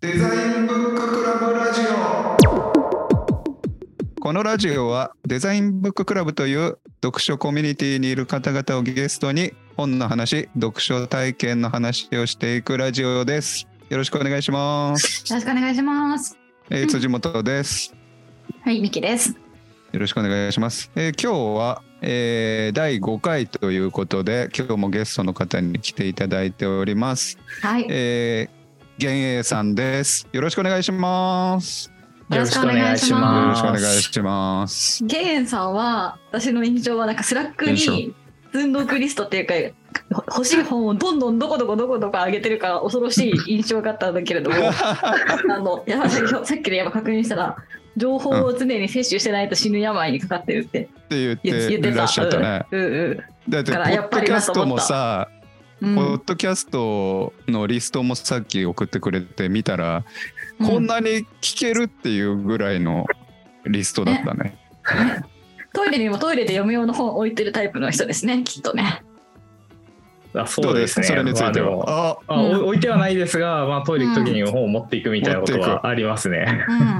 デザインブッククラブラジオ。このラジオはデザインブッククラブという読書コミュニティにいる方々をゲストに本の話、読書体験の話をしていくラジオです。よろしくお願いします。 よろしくお願いします。 辻本です。 はい、ミキです。 よろしくお願いします。今日は、第5回ということで、今日もゲストの方に来ていただいております。 はい。 源英さんです。よろしくお願いします。 よろしくお願いします。 よろしくお願いします。 源英さんは私の印象はなんかスラックに積んどくリストっていうか欲しい本をどんどんどこどこ上げてるから恐ろしい印象があったんだけれどもさっきでやっぱ確認したら情報を常に摂取してないと死ぬ病にかかってるって言ってらっしゃったね。だってポッドキャストもさ、ポッドキャストのリストもさっき送ってくれてみたら、こんなに聞けるっていうぐらいのリストだったね。 トイレにもトイレで読む用の本置いてるタイプの人ですね、きっとね。 そうですね。 それについては、 置いてはないですが、トイレ行く時に本を持っていくみたいなことはありますね。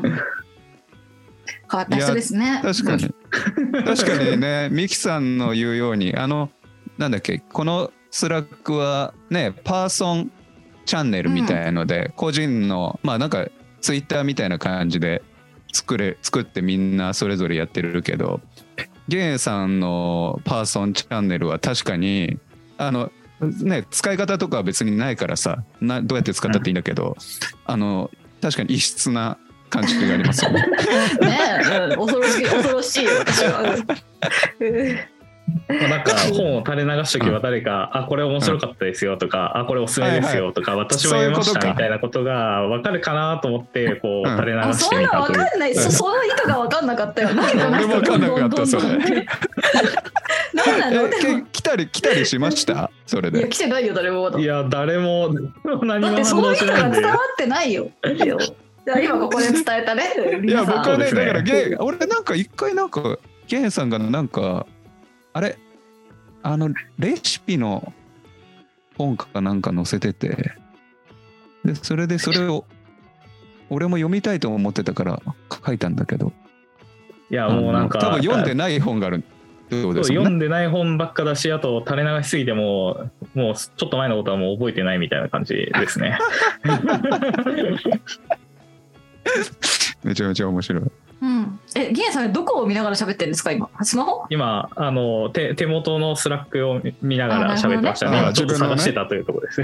変わった人ですね。 確かにね、ミキさんの言うようになんだっけ、このスラックはね、パーソンチャンネルみたいので、個人のなんかツイッターみたいな感じで作ってみんなそれぞれやってるけど、源英さんのパーソンチャンネルは確かに使い方とかは別にないからさ、どうやって使ったっていいんだけど、確かに異質な感じがありますよね。 ね、恐ろしいよ私は。 なんか本を垂れ流しとけば誰か、これ面白かったですよとか、これおすすめですよとか、私も読みましたみたいなことが分かるかなと思ってこう垂れ流してみたという。 そんな分かんない。その意図が分かんなかったよ。 俺も分かんなかったそれ。 何なの？ 来たりしました？それで。 いや来てないよ誰も。 いや誰も何もだってその意図が伝わってないよ。今ここで伝えたね。 いや僕はね、だから俺なんか一回源英さんがなんかレシピの本かなんか載せてて、でそれを俺も読みたいと思ってたから書いたんだけど、 いやもうなんか多分読んでない本がある。 読んでない本ばっかだし、あと垂れ流しすぎてもうちょっと前のことはもう覚えてないみたいな感じですね。 めちゃめちゃ面白い。 源英さんどこを見ながら喋ってるんですか今？スマホ？ 今手元のスラックを見ながら喋ってましたね。今ちょっと探してたというところです。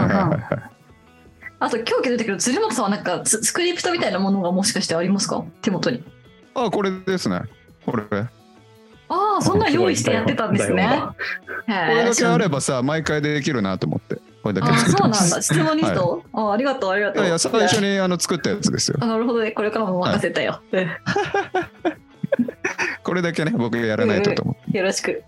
あと今日気づいたけど、辻本さんはなんかスクリプトみたいなものがもしかしてありますか？手元に。 これですね。これ。 そんな用意してやってたんですね。 これだけあればさ、毎回できるなと思って。これだけそうなんだ。質問リスト？ありがとう。いや最初に作ったやつですよ。 なるほどね。これからも任せたよ。 これだけね、僕やらないと思って。 よろしく。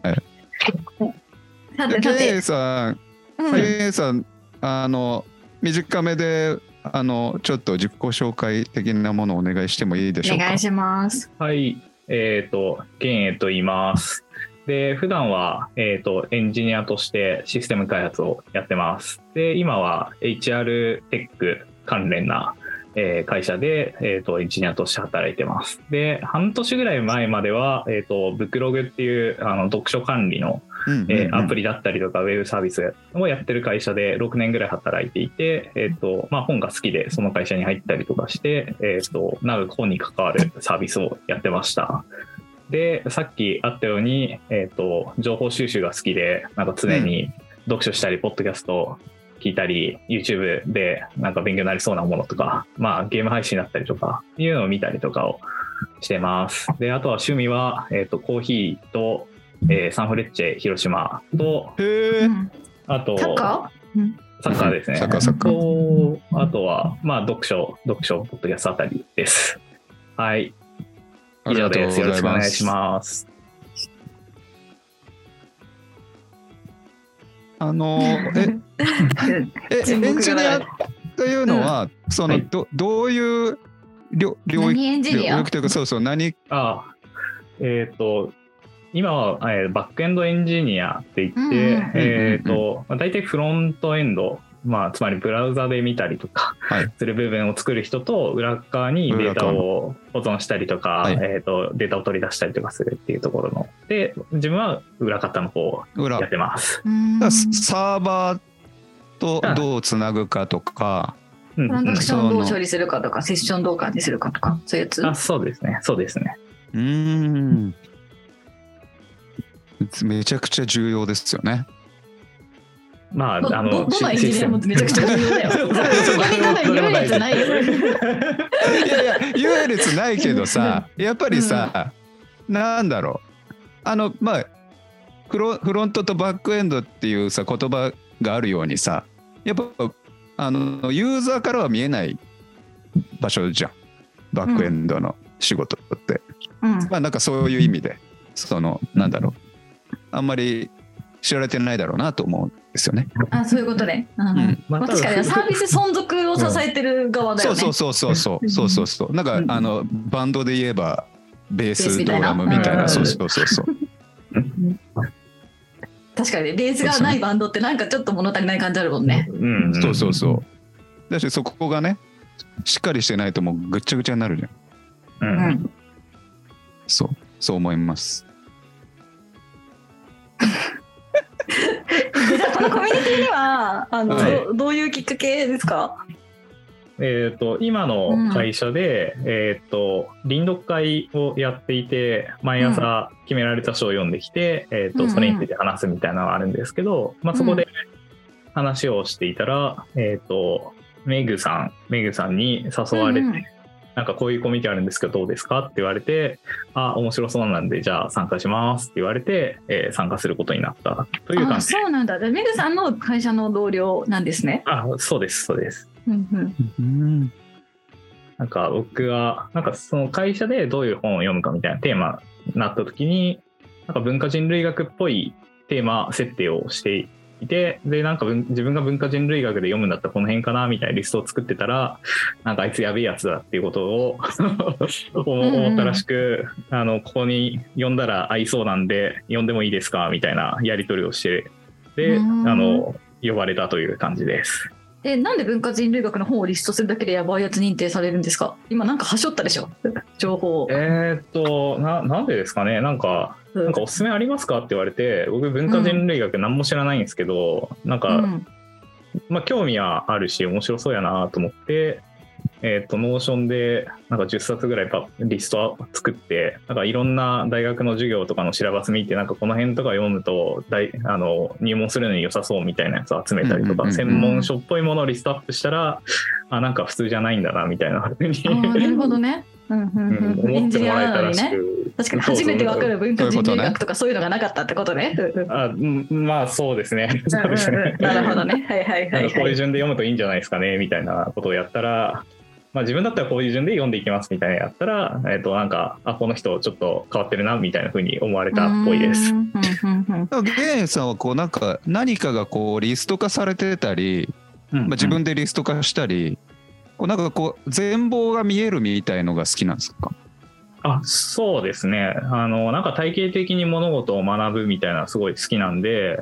源英さん、短めでちょっと自己紹介的なものをお願いしてもいいでしょうか。 お願いします。 はい。源英と言います。で普段は、エンジニアとしてシステム開発をやってます。で今は HR テック関連な、会社で、エンジニアとして働いてます。で半年ぐらい前までは、ブクログっていう読書管理の、アプリだったりとかウェブサービスをやってる会社で6年ぐらい働いていて、本が好きでその会社に入ったりとかして、なんか本に関わるサービスをやってました。でさっきあったように、情報収集が好きでなんか常に読書したり、ポッドキャスト聞いたり YouTube でなんか勉強になりそうなものとか、ゲーム配信だったりとかいうのを見たりとかをしてます。であとは趣味は、コーヒーと、サンフレッチェ広島と、あとサッカーですね。 サッカー。 あとは読書ポッドキャストあたりです。はい。以上です。よろしくお願いします。 エンジニアというのは、どういう領域というか、そう何？ 今は、バックエンドエンジニアって言って、大体フロントエンドつまりブラウザで見たりとかはいする部分を作る人と、裏側にデータを保存したりとか、 はいデータを取り出したりとかするっていうところので、自分は裏方の方を裏やってます。 サーバーとどうつなぐかとか、 トランザクションどう処理するかとか、セッションどう管理するかとか、そういうやつ。 そうですね。 めちゃくちゃ重要ですよね。 どのエンジニアもめちゃくちゃ重要だよ。そこにただ優劣ないよ。 いやいや優劣ないけどさ、やっぱりさ、なんだろう、フロントとバックエンドっていうさ言葉があるようにさ、やっぱユーザーからは見えない場所じゃん、バックエンドの仕事って、なんかそういう意味でなんだろう、あんまり知られてないだろうなと思うんですよね。 そういうことね。確かにサービス存続を支えてる側だよね。 そうなんかバンドで言えばベースドラムみたいな、そう確かにベースがないバンドってなんかちょっと物足りない感じあるもんね。 そうだし、そこがねしっかりしてないともうぐっちゃぐちゃになるじゃん。そう思います。 じゃあこのコミュニティにはどういうきっかけですか？ 今の会社で、臨読会をやっていて、毎朝決められた書を読んできて、それについて話すみたいなのがあるんですけど、そこで話をしていたら、メグさんに誘われて、なんかこういうコミュニティあるんですけどどうですかって言われて、面白そうなんでじゃあ参加しますって言われて、参加することになったという感じ。 そうなんだ。メグさんの会社の同僚なんですね。 そうです。なんか僕はなんかその会社でどういう本を読むかみたいなテーマになった時に、なんか文化人類学っぽいテーマ設定をしていて、でなんか自分が文化人類学で読むんだったらこの辺かなみたいなリストを作ってたら、なんかあいつやべえやつだっていうことを思ったらしく、ここに読んだら合いそうなんで読んでもいいですかみたいなやり取りをして、で呼ばれたという感じです。 なんで文化人類学の本をリストするだけでやばいやつ認定されるんですか？今なんかはしょったでしょ情報。 なんでですかね。なんかおすすめありますかって言われて、僕文化人類学何も知らないんですけど、なんか、興味はあるし面白そうやなと思って、ノーションでなんか10冊ぐらいリスト作って、なんかいろんな大学の授業とかのシラバス見て、なんかこの辺とか読むと入門するのに良さそうみたいなやつを集めたりとか、専門書っぽいものをリストアップしたら、なんか普通じゃないんだなみたいな風になるほどね。 思ってもらえたらしく、 確かに初めて分かる文化人類学とかそういうのがなかったってことね。 そうですね。 なるほどね。 こういう順で読むといいんじゃないですかねみたいなことをやったら、自分だったらこういう順で読んでいきますみたいなやったら、なんかこの人ちょっと変わってるなみたいな風に思われたっぽいです。 ゲンさんはなんか何かがリスト化されてたり、自分でリスト化したり、なんか全貌が見えるみたいのが好きなんですか？ そうですね。なんか体系的に物事を学ぶみたいなのすごい好きなんで、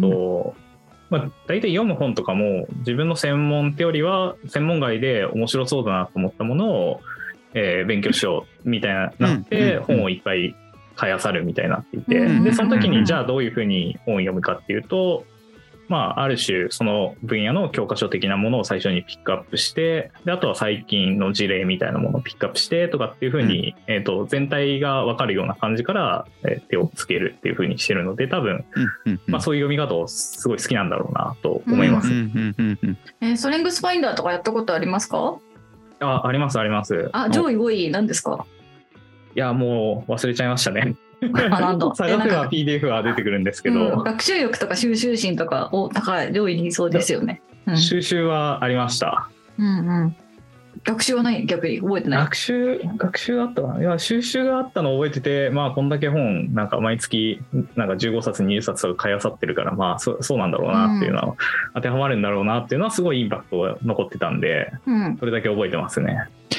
大体読む本とかも自分の専門ってよりは専門外で面白そうだなと思ったものを、勉強しようみたいななって本をいっぱい買い漁るみたいになっていて、でその時にじゃあどういうふうに本を読むかっていうと、ある種その分野の教科書的なものを最初にピックアップして、であとは最近の事例みたいなものをピックアップしてとかっていうふうに、全体が分かるような感じから、手をつけるっていうふうにしてるので、多分、そういう読み方をすごい好きなんだろうなと思います。 ストレングスファインダーとかやったことありますか？ あります。 上位5位何ですか？ いやもう忘れちゃいましたね。 なんだ。 探せば PDF は出てくるんですけど、 学習欲とか収集心とか高い上位にいそうですよね。 収集はありました。 学習はない？逆に覚えてない？ 学習あったかな。いや収集があったのを覚えてて、こんだけ本なんか毎月なんか15冊20冊とか買い漁ってるから、そうなんだろうなっていうのは、当てはまるんだろうなっていうのはすごいインパクトが残ってたんで、それだけ覚えてますね。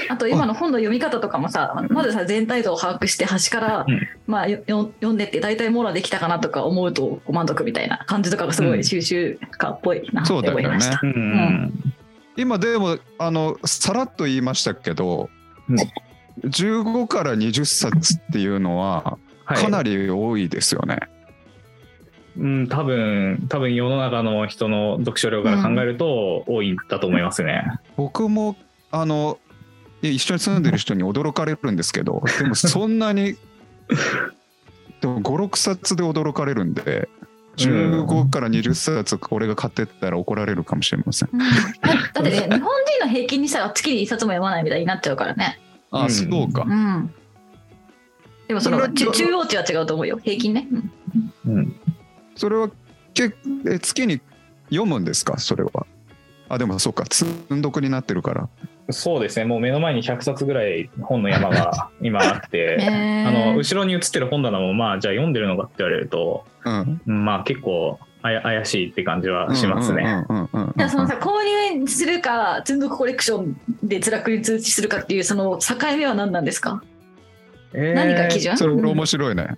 あと今の本の読み方とかもさ、まずさ全体像を把握して端から、まあ読んでって大体網羅できたかなとか思うと満足みたいな感じとかがすごい収集家っぽいなって思いました。 今でもさらっと言いましたけど、15から20冊っていうのはかなり多いですよね。 多分世の中の人の読書量から考えると多いんだと思いますね。 僕も一緒に住んでる人に驚かれるんですけど、でもそんなにでも5、6冊で驚かれるんで、15から20冊俺が買ってったら怒られるかもしれません。 だってね、日本人の平均にしたら月に1冊も読まないみたいになっちゃうからね。 そうか。 でもその中央値は違うと思うよ、平均ね。 それは月に読むんですか、それは。でもそうか、積んどくになってるから。 そうですね、もう目の前に100冊ぐらい本の山が今あって後ろに写ってる本棚もまあじゃあ読んでるのかって言われると、まあ結構怪しいって感じはしますね。 じゃあそのさ、購入するか積んどくコレクションでスラックに通知するかっていうその境目は何なんですか？何が基準？ それ面白いね。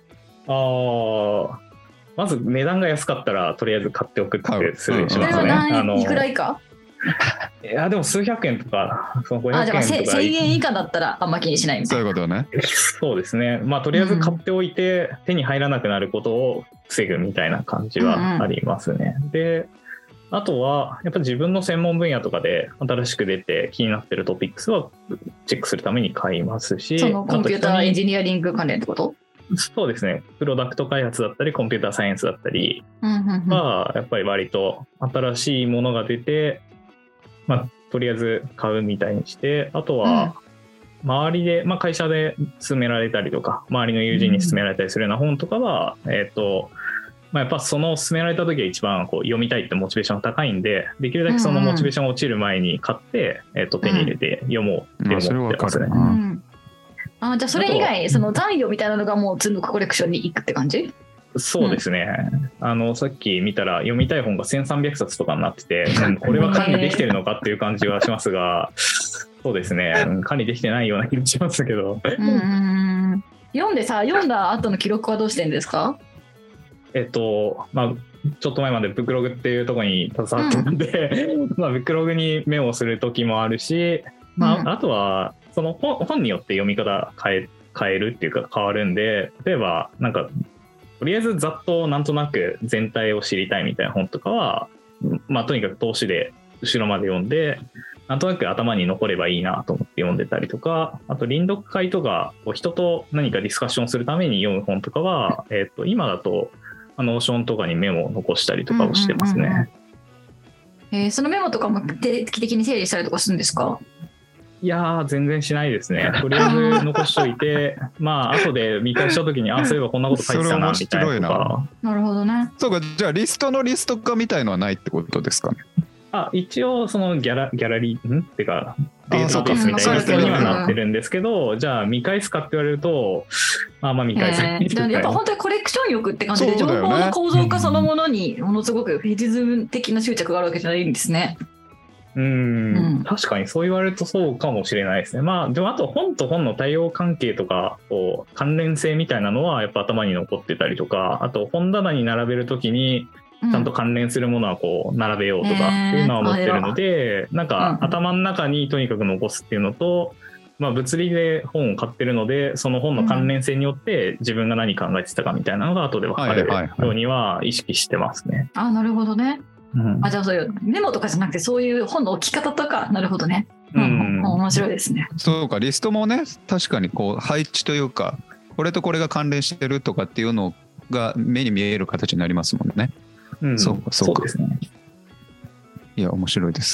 まず値段が安かったらとりあえず買っておくってするしますね。 それはいくら以下？ いやでも数百円とかその500円とか 1000円以下だったらあんま気にしないみたいな。 そういうことね。 そうですね。まあとりあえず買っておいて、手に入らなくなることを防ぐみたいな感じはありますね。であとはやっぱ自分の専門分野とかで新しく出て気になってるトピックスはチェックするために買いますし、 そのコンピューターエンジニアリング関連ってこと？ そうですね。プロダクト開発だったりコンピューターサイエンスだったりはやっぱり割と新しいものが出て、まあ、とりあえず買うみたいにして、あとは周りで、会社で勧められたりとか周りの友人に勧められたりするような本とかは、やっぱその勧められた時が一番読みたいってモチベーションが高いんで、できるだけそのモチベーションが落ちる前に買って、手に入れて読もうって思ってますね。 じゃあそれ以外その残余みたいなのがもう積んどくコレクションに行くって感じ？ そうですね、さっき見たら読みたい本が1300冊とかになってて、これは管理できてるのかっていう感じはしますが、そうですね、管理できてないような気がしますけど。読んだ後の記録はどうしてるんですか？ ちょっと前までブックログっていうところに携わってたんで、ブックログにメモをする時もあるし、あとはその本によって読み方変えるっていうか変わるんで、例えばなんかとりあえずざっとなんとなく全体を知りたいみたいな本とかは、とにかく通しで後ろまで読んでなんとなく頭に残ればいいなと思って読んでたりとか、あと臨読会とか人と何かディスカッションするために読む本とかは、今だとノーションとかにメモを残したりとかをしてますね。 そのメモとかも定期的に整理したりとかするんですか？ いやー全然しないですね。とりあえず残しといて後で見返した時にそういえばこんなこと書いてたなみたいなとか。 なるほどね。 そうか、じゃあリスト化みたいのはないってことですかね。 一応そのギャラリーってかデータベースみたいなやつにはなってるんですけど、じゃあ見返すかって言われると見返せない。 やっぱ本当にコレクション欲って感じで、情報の構造化そのものにものすごくフェチズム的な執着があるわけじゃないんですね。 確かにそう言われるとそうかもしれないですね。でもあと本と本の対応関係とか関連性みたいなのはやっぱ頭に残ってたりとか、あと本棚に並べるときにちゃんと関連するものは並べようとかっていうのは思ってるので、なんか頭の中にとにかく残すっていうのと、物理で本を買ってるのでその本の関連性によって自分が何考えてたかみたいなのが後で分かるようには意識してますね。 なるほどね。じゃあそういうメモとかじゃなくてそういう本の置き方とか、なるほどね。面白いですね。 そうか、リストもね、確かに配置というかこれとこれが関連してるとかっていうのが目に見える形になりますもんね。 そうですね。 いや面白いです。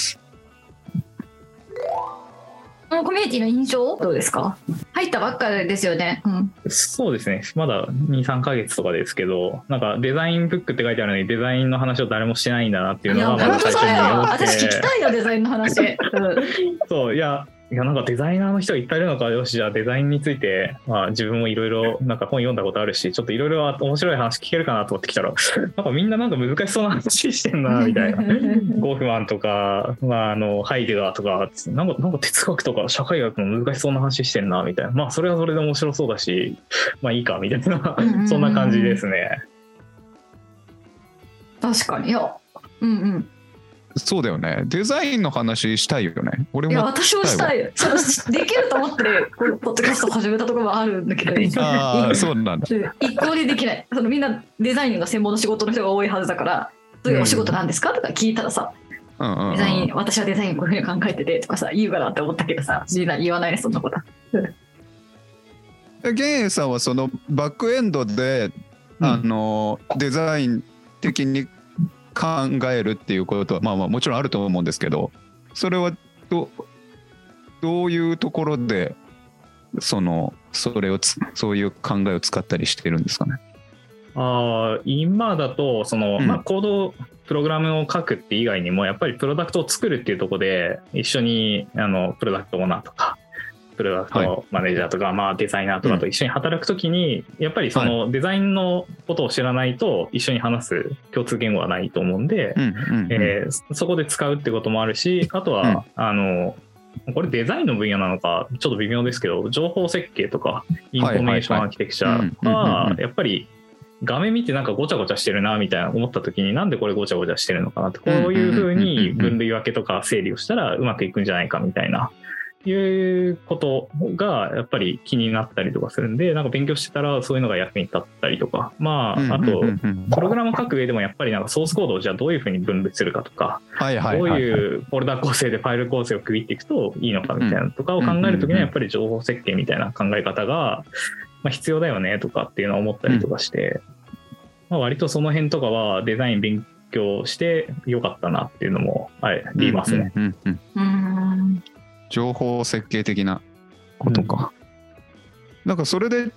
このコミュニティの印象どうですか？入ったばっかですよね。 そうですね。まだ 2,3 ヶ月とかですけど、なんかデザインブックって書いてあるのにデザインの話を誰もしてないんだなっていうのはまず最初に思って。 私聞きたいよデザインの話。 そういやいやなんかデザイナーの人がいっぱいいるのか、よしじゃあデザインについて、まあ、自分もいろいろなんか本読んだことあるし、ちょっといろいろ面白い話聞けるかなと思ってきたら、なんかみんななんか難しそうな話してんなみたいな。ゴフマンとか、まあ、ハイデガーとかなんか哲学とか社会学の難しそうな話してんなみたいな。まあそれはそれで面白そうだし、まあいいかみたいなそんな感じですね。 確かに。いや、うんうん。 そうだよね。デザインの話したいよね。俺も。 いや、私もしたい。そうできると思ってこのポッドキャストを始めたところもあるんだけど、 ああ、そうなんだ。 一向にできない。みんなデザインが専門の仕事の人が多いはずだから、どういうお仕事なんですかとか聞いたらさ、デザイン、私はデザインこういうふうに考えててとかさ、言うかなって思ったけどさ、言わないね、そんなこと。 ゲンエさんはそのバックエンドで、デザイン的に考えるっていうことはまあもちろんあると思うんですけど、それはどういうところでそういう考えを使ったりしてるんですかね。 今だとまあ、コードプログラムを書くって以外にもやっぱりプロダクトを作るっていうところで一緒にプロダクトオーナーとかプロダクトマネージャーとか、まあ、デザイナーとかと一緒に働くときに、やっぱりそのデザインのことを知らないと一緒に話す共通言語はないと思うんで、そこで使うってこともあるし、あとは、これデザインの分野なのかちょっと微妙ですけど、情報設計とかインフォメーションアーキテクチャはやっぱり画面見てなんかごちゃごちゃしてるなみたいな思った時に、なんでこれごちゃごちゃしてるのかなって、こういうふうに分類分けとか整理をしたらうまくいくんじゃないかみたいないうことがやっぱり気になったりとかするんで、なんか勉強してたらそういうのが役に立ったりとか、まああとプログラムを書く上でもやっぱりなんかソースコードをじゃあどういうふうに分類するかとか、どういうフォルダ構成でファイル構成を区切っていくといいのかみたいなとかを考えるときにはやっぱり情報設計みたいな考え方が必要だよねとかっていうのは思ったりとかして、まあ割とその辺とかはデザイン勉強してよかったなっていうのもありますね。 情報設計的なことか。なんかそれで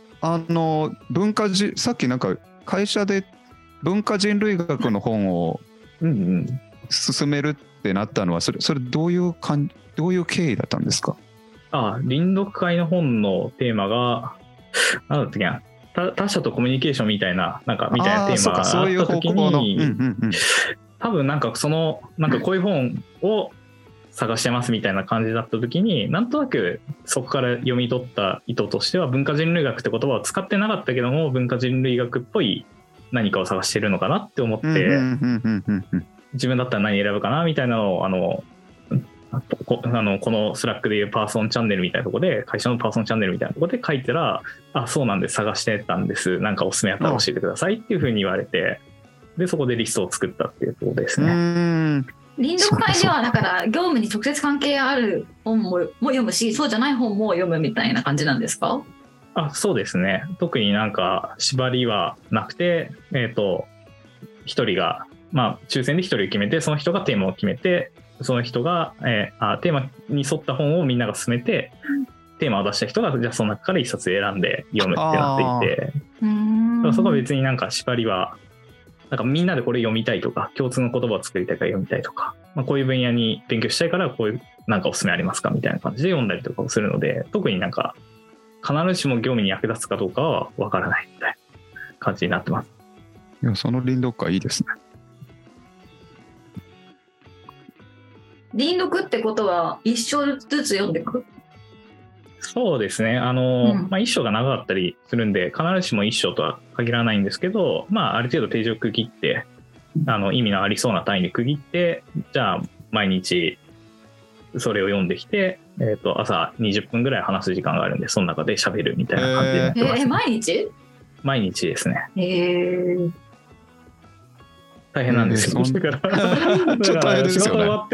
さっきなんか会社で文化人類学の本を進めるってなったのはそれどういう経緯だったんですか？ 臨読会の本のテーマが何だったっけな、他者とコミュニケーションみたいなテーマがあった時に、多分なんかなんかこういう本を探してますみたいな感じだった時に、なんとなくそこから読み取った意図としては、文化人類学って言葉を使ってなかったけども文化人類学っぽい何かを探してるのかなって思って、自分だったら何選ぶかなみたいなのをこのスラックでいうパーソンチャンネルみたいなところで、会社のパーソンチャンネルみたいなところで書いたら、そうなんです、探してたんです、なんかおすすめあったら教えてくださいっていうふうに言われて、でそこでリストを作ったっていうところですね。 臨読会ではだから業務に直接関係ある本も読むし、そうじゃない本も読むみたいな感じなんですか？ そうですね。特になんか縛りはなくて、一人が抽選で一人決めて、その人がテーマを決めて、その人が、テーマに沿った本をみんなが進めて、テーマを出した人がじゃあその中から一冊選んで読むってなっていて、そこは別になんか縛りはなんかみんなでこれ読みたいとか、共通の言葉を作りたいから読みたいとか、こういう分野に勉強したいからこういうなんかおすすめありますかみたいな感じで読んだりとかをするので、特になんか必ずしも業務に役立つかどうかは分からないみたいな感じになってます。 いや、その臨読会いいですね。 臨読ってことは一章ずつ読んでいく？ そうですね。一章が長かったりするんで、必ずしも一章とは限らないんですけど、ある程度ページを区切って、意味のありそうな単位で区切って、じゃあ毎日それを読んできて、朝20分ぐらい話す時間があるんで、その中で喋るみたいな感じになってます。毎日ですね。大変なんですよ。だから仕事終わって、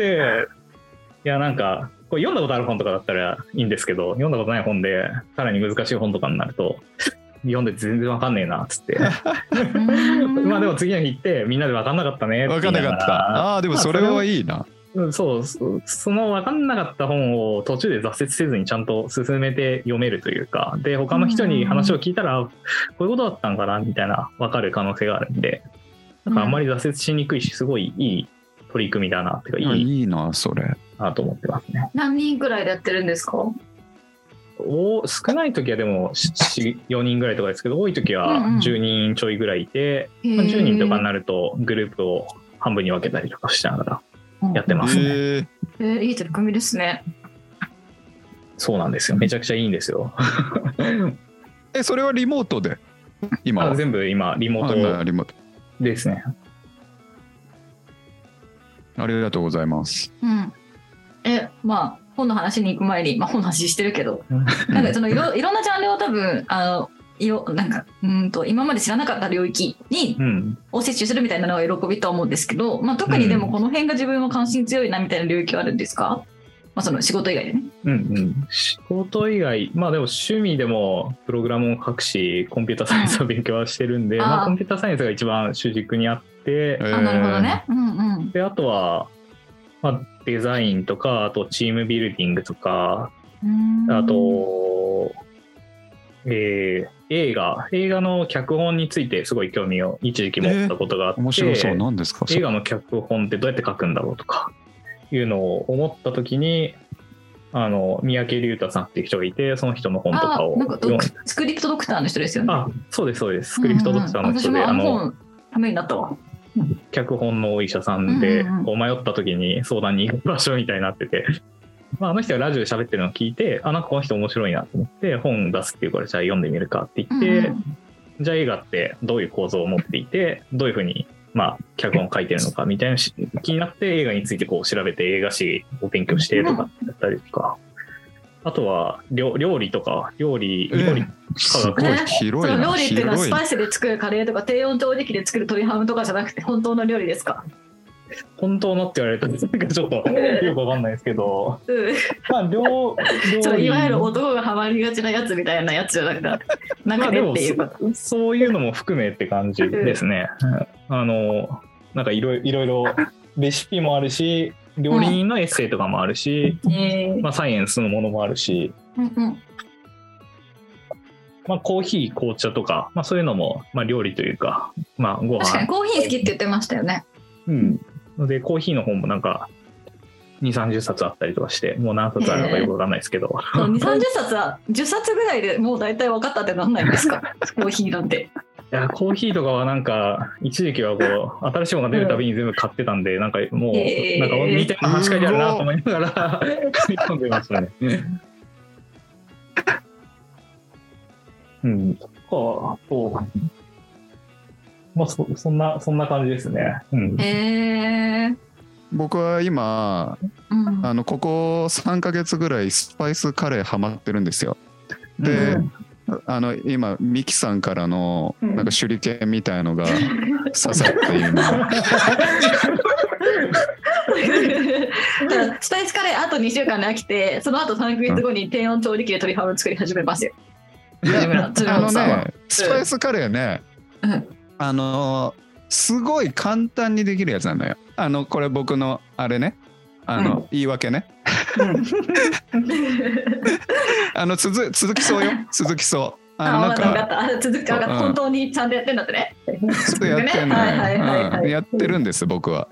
いやなんかこれ読んだことある本とかだったらいいんですけど、読んだことない本でさらに難しい本とかになると読んで全然わかんねえなっつってでも次の日行ってみんなでわかんなかったねって言いながら、 わかんなかった。でもそれはいいな。 その分かんなかった本を途中で挫折せずにちゃんと進めて読めるというか、で他の人に話を聞いたらこういうことだったんかなみたいな分かる可能性があるんで、なんかあんまり挫折しにくいし、すごいいい取り組みだなっていうか、 いいなそれ。 なと思ってますね。 何人くらいでやってるんですか？ 少ない時はでも4人ぐらいとかですけど、多い時は10人ちょいぐらいいて、まあ、10人とかになるとグループを半分に分けたりとかしながらやってますね。 いい取り組みですね。 そうなんですよ。めちゃくちゃいいんですよ。 それはリモートで今は？ 全部今リモートですね。 ありがとうございます。 まあ本の話に行く前に、まあ、本の話してるけどなんかそのいろんなジャンルを多分なんか今まで知らなかった領域に、を摂取するみたいなのが喜びとは思うんですけど、まあ、特にでもこの辺が自分は関心強いなみたいな領域はあるんですか？まあ、その仕事以外でね。 仕事以外、まあでも趣味でもプログラムを書くし、コンピューターサイエンスを勉強はしてるんで、まあ、コンピューターサイエンスが一番主軸にあって、 なるほどね。 であとは、まあ、デザインとか、あとチームビルディングとか、あと、映画の脚本についてすごい興味を一時期持ったことがあって、 面白そう。なんですか？ 映画の脚本ってどうやって書くんだろうとかいうのを思った時に、三宅龍太さんっていう人がいて、その人の本とかをなんかスクリプトドクターの人ですよね。 そうですそうです。スクリプトドクターの人で、 本ためになったわ。 脚本のお医者さんで、こう迷った時に相談に行く場所みたいになってて、まあ、あの人がラジオで喋ってるのを聞いて、なんかこの人面白いなと思って本出すっていうから、じゃあ読んでみるかって言って、じゃあ映画ってどういう構造を持っていて、どういうふうにまあ脚本を書いてるのかみたいな気になって、映画についてこう調べて映画史を勉強してとかだったりとか、あとは料理とか料理科学とか、 広いな。 料理っていうのはスパイスで作るカレーとか低温調理器で作る鶏ハムとかじゃなくて本当の料理ですか？ 本当のって言われるとなんかちょっとよくわかんないですけど、まあ料理いわゆる男がハマりがちなやつみたいなやつじゃなくて、なんかねっていうか、 そういうのも含めって感じですね。なんかいろいろレシピもあるし、料理人のエッセイとかもあるし、まあ、サイエンスのものもあるし、まあ、コーヒー紅茶とか、まあ、そういうのも、まあ、料理というか、まあ、ご飯。 確かにコーヒー好きって言ってましたよね。 でコーヒーの本もなんか2、30冊あったりとかして、もう何冊あるのかよくわかんないですけど、 2、30冊は10冊ぐらいでもう大体分かったってなんないんですか？コーヒーなんて。 いやコーヒーとかはなんか一時期はこう新しいものが出るたびに全部買ってたんで、なんかもうなんか似たような話し書いてあるなと思いながら読んでましたね。まあそんな感じですね。 僕は今、ここ3ヶ月ぐらいスパイスカレーハマってるんですよ。で、今ミキさんからのなんか手裏剣みたいのが刺さって今スパイスカレーあと2週間で飽きて、その後3ヶ月後に低温調理器で鶏ハムを作り始めますよ。 スパイスカレーね、すごい簡単にできるやつなんだよ。これ僕のあれね、言い訳ね。続きそうよ。続きそう。 なんか本当にちゃんとやってんだってね。 やってるんです僕は。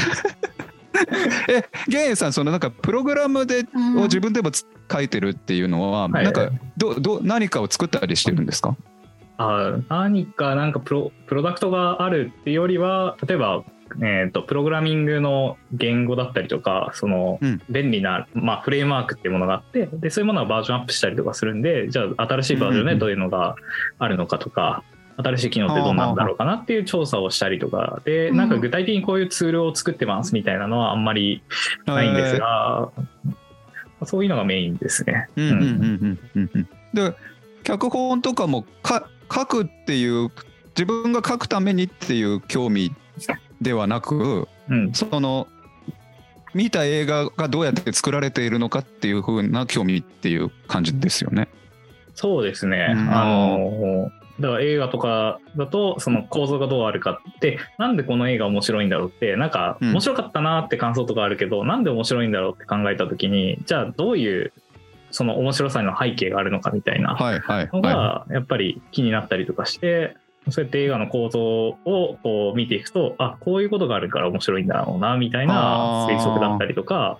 ゲンさん、そのなんかプログラムでを自分でも書いてるっていうのは、なんか何かを作ったりしてるんですか？ 何かなんかプロダクトがあるっていうよりは、例えばプログラミングの言語だったりとか、その便利な、まあ、フレームワークっていうものがあって、でそういうものがバージョンアップしたりとかするんで、じゃあ新しいバージョンでどういうのがあるのかとか、新しい機能ってどんなんだろうかなっていう調査をしたりとかで、なんか具体的にこういうツールを作ってますみたいなのはあんまりないんですが、そういうのがメインですね。 で脚本とかも書くっていう、自分が書くためにっていう興味ではなく、その見た映画がどうやって作られているのかっていう風な興味っていう感じですよね。 そうですね。だから映画とかだとその構造がどうあるかって、なんでこの映画面白いんだろうって、なんか面白かったなって感想とかあるけど、なんで面白いんだろうって考えた時に、じゃあどういうその面白さの背景があるのかみたいなのがやっぱり気になったりとかして、そうやって映画の構造をこう見ていくと、こういうことがあるから面白いんだろうなみたいな推測だったりとか、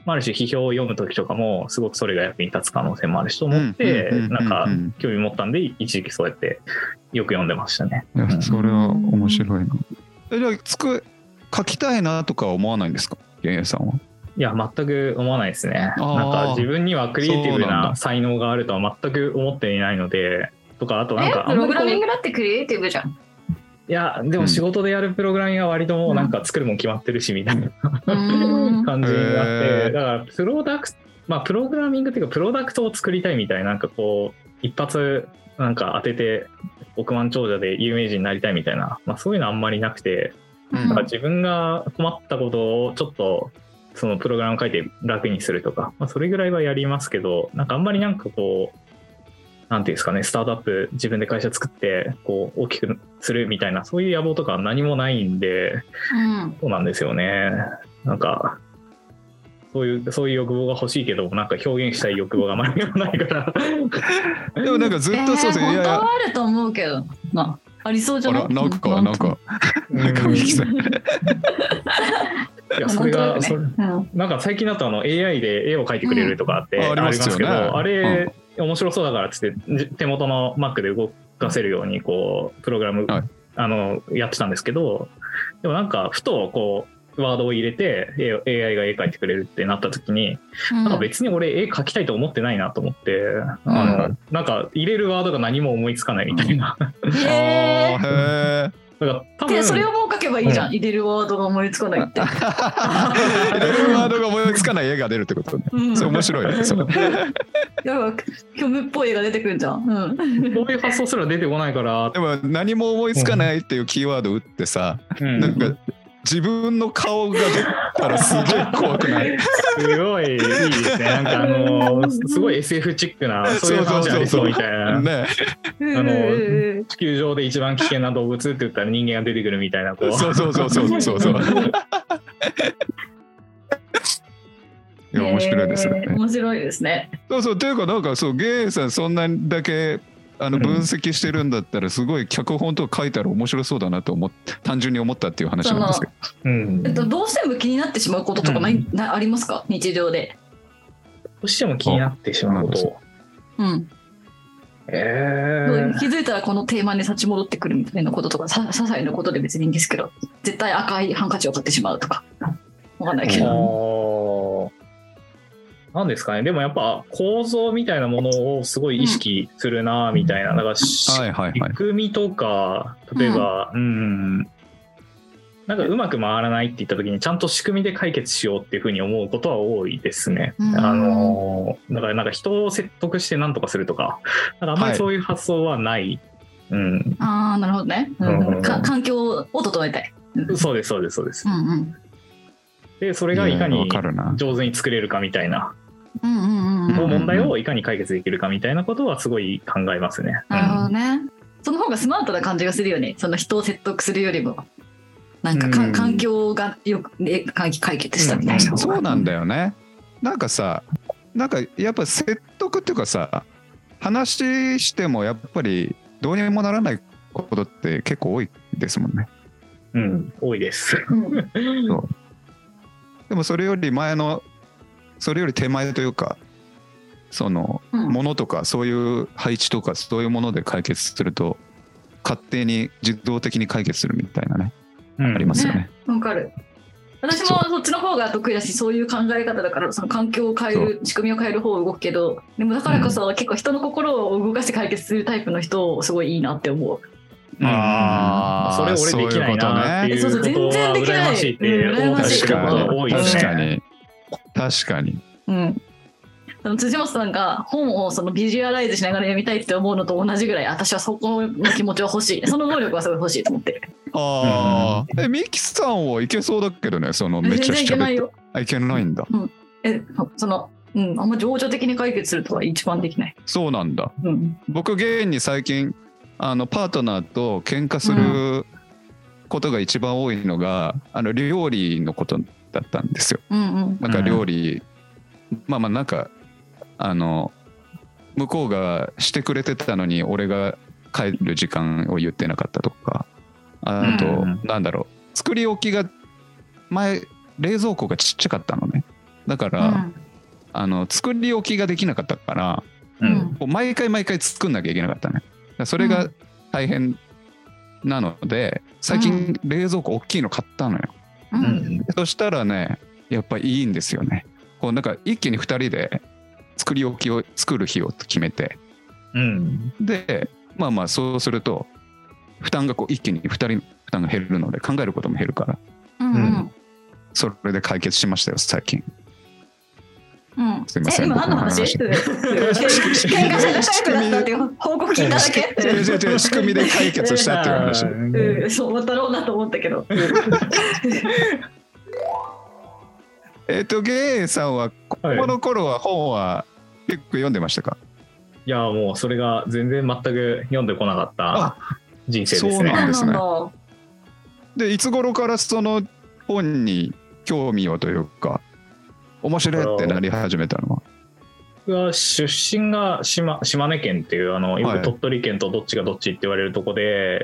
ある種批評を読む時とかもすごくそれが役に立つ可能性もあるしと思って、なんか興味持ったんで一時期そうやってよく読んでましたね。 いやそれは面白いな。じゃあ書きたいなとか思わないんですか、源英さんは。 いや全く思わないですね。なんか自分にはクリエイティブな才能があるとは全く思っていないので、とかあとなんかプログラミングだってクリエイティブじゃん。 いやでも仕事でやるプログラミングは割ともうなんか作るもん決まってるしみたいな感じになって、だからプログラミングっていうかプロダクトを作りたいみたいな、なんかこう一発なんか当てて億万長者で有名人になりたいみたいな、そういうのあんまりなくて、なんか自分が困ったことをちょっとそのプログラム書いて楽にするとか、それぐらいはやりますけど、なんかあんまりなんかこうなんていうんですかね、スタートアップ自分で会社作ってこう大きくするみたいなそういう野望とか何もないんで、そうなんですよね。なんかそういう欲望が欲しいけど、なんか表現したい欲望があまりないからでもなんかずっとそうですね。 本当はあると思うけどな、ありそうじゃない？ なんかミキさん。 いやそれがなんか最近だとAI で絵を描いてくれるとかってありますけど、あれ面白そうだからっつって手元の Mac で動かせるようにこうプログラム、やってたんですけど、でもなんかふとこうワードを入れて AI が絵描いてくれるってなった時に、なんか別に俺絵描きたいと思ってないなと思って、なんか入れるワードが何も思いつかないみたいな。だから多分それをもう書けばいいじゃん、入れるワードが思いつかないって。 入れるワードが思いつかない絵が出るってことね。それ面白いね。 虚無っぽい絵が出てくるじゃん。 そういう発想すら出てこないから。 でも何も思いつかないっていうキーワード打ってさ、なんか自分の顔が出たらすげえ怖くない？ すごいいいですね。なんかすごい SF チックなそういう話ありそうみたいな。地球上で一番危険な動物って言ったら人間が出てくるみたいな。こうそう。いや面白いですね。 面白いですね。 そうというかなんかそうゲイさんそんなにだけ分析してるんだったらすごい脚本とか書いたら面白そうだなと単純に思ったっていう話なんですけど、 どうしても気になってしまうこととかありますか、日常で。 どうしても気になってしまうこと。 気づいたらこのテーマに立ち戻ってくるみたいなこととか、些細なことで別にいいんですけど、絶対赤いハンカチを買ってしまうとかわかんないけど。 なんですかね。でもやっぱ構造みたいなものをすごい意識するなみたいな。だから仕組みとか、例えば、なんかうまく回らないって言った時にちゃんと仕組みで解決しようっていうふうに思うことは多いですね。だからなんか人を説得して何とかするとか、なんかあんまりそういう発想はない。 なるほどね。環境を整えたい。 そうです。でそれがいかに上手に作れるかみたいな問題をいかに解決できるかみたいなことはすごい考えますね。 なるほどね。その方がスマートな感じがするよね。その人を説得するよりもなんか環境がよく解決したみたいな。 そうなんだよね。なんかさ、なんかやっぱ説得っていうかさ、話してもやっぱりどうにもならないことって結構多いですもんね。 多いです。 そうでもそれより手前というか、そのものとかそういう配置とかそういうもので解決すると勝手に自動的に解決するみたいなね、ありますよね。 わかる。私もそっちの方が得意だし、そういう考え方だからその環境を変える、仕組みを変える方を動くけど、でもだからこそ結構人の心を動かして解決するタイプの人をすごいいいなって思う。 それ俺できないなっていうことは羨ましいって思ったりすることが多いですね。 確かに。 辻本さんが本をそのビジュアライズしながら読みたいって思うのと同じぐらい、私はそこの気持ちは欲しい。その能力はすごい欲しいと思ってる。 ミキさんはいけそうだけどね、そのめっちゃしゃべって。いけないんだ。 あんま情緒的に解決するとは一番できない。 そうなんだ。僕現に最近パートナーと喧嘩することが一番多いのが、料理のことだったんですよ。なんか料理、なんか向こうがしてくれてたのに俺が帰る時間を言ってなかったとか、あと、なんだろう、作り置きが前冷蔵庫がちっちゃかったのね。 だかうら、 ん作り置きができなかったから、 うんこう毎回作んなきゃいけなかったね。だからそれが大変なので、最近冷蔵庫大きいの買ったのよ。 うんうんそしたらね、やっぱいいんですよね。こうなんか一気に2人で作り置きを作る日を決めて、 うんでまあそうすると負担がこう一気に2人の負担が減るので、考えることも減るから、 うんうんそれで解決しましたよ最近。 うんすいません今何の話？ 僕の喧嘩しなくなったっていう報告聞いただけ。 違う仕組みで解決したっていう話。 うんそう思ったろうなと思ったけど。 ゲイさんは子供の頃は本は結構読んでましたか？ いやもうそれが全然全く読んでこなかった人生ですそうね。 なんですねそうなんだ。 でいつ頃からその本に興味をというか面白いってなり始めたのは？ 僕は出身が島根県っていうよく鳥取県とどっちがどっちって言われるとこで、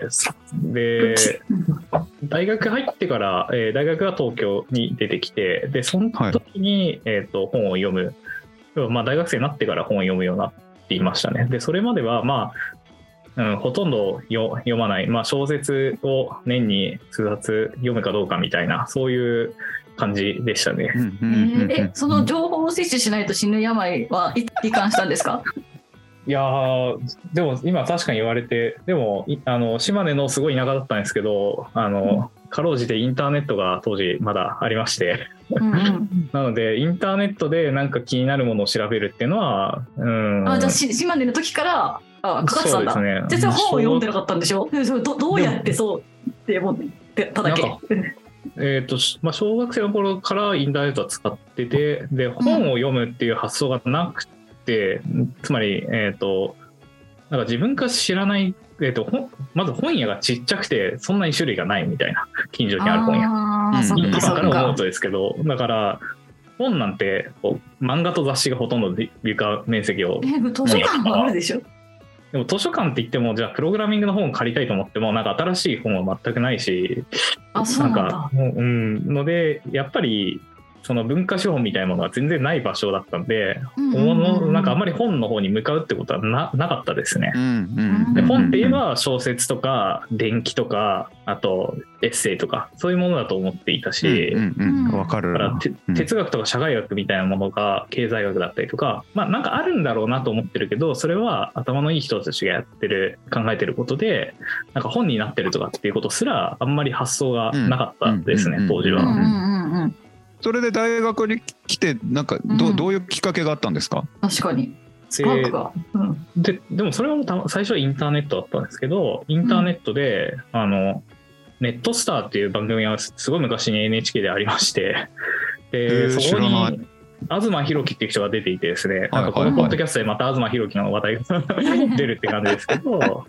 大学入ってから、大学が東京に出てきて、でその時に、本を読む、まあ、大学生になってから本を読むようになっていましたね。でそれまではまあ、ほとんど読まない、まあ、小説を年に数冊読むかどうかみたいな、そういう感じでしたね。 その情報を摂取しないと死ぬ病はいつ罹患したんですか？ いやでも今確かに言われて、でも島根のすごい田舎だったんですけど、かろうじてインターネットが当時まだありまして、 うんうん、 なのでインターネットでなんか気になるものを調べるっていうのは、 じゃあ島根の時からかかってたんだ。 そうですね。 じゃあ本を読んでなかったんでしょ？どうやってそうって思ってただけ。 まあ、小学生の頃からインターネットは使ってて、で本を読むっていう発想がなくて、つまり、なんか自分から知らない、まず本屋がちっちゃくてそんなに種類がないみたいな、近所にある本屋、今から思うとですけど、だから本なんて漫画と雑誌がほとんどで床面積を、 図書館もあるでしょ。 でも図書館って言っても、じゃあプログラミングの本を借りたいと思ってもなんか新しい本は全くないし、 そうなんだ。 のでやっぱりその文化資本みたいなものは全然ない場所だったんで、なんかあんまり本の方に向かうってことは なかったですね。で本って言えば小説とか伝記とか、あとエッセイとかそういうものだと思っていたし、 わかる。 だから哲学とか社会学みたいなものが経済学だったりとか、まあなんかあるんだろうなと思ってるけど、それは頭のいい人たちが考えてることで、なんか本になってるとかっていうことすらあんまり発想がなかったですね、当時は。 それで大学に来てなんかどういうきっかけがあったんですか？ 確かに。 でもそれは最初はインターネットだったんですけど、インターネットで、ネットスターっていう番組がすごい昔に NHK でありまして、でそこに東博樹っていう人が出ていてですね、なんかこのポッドキャストでまた東博樹の話題が出るって感じですけど、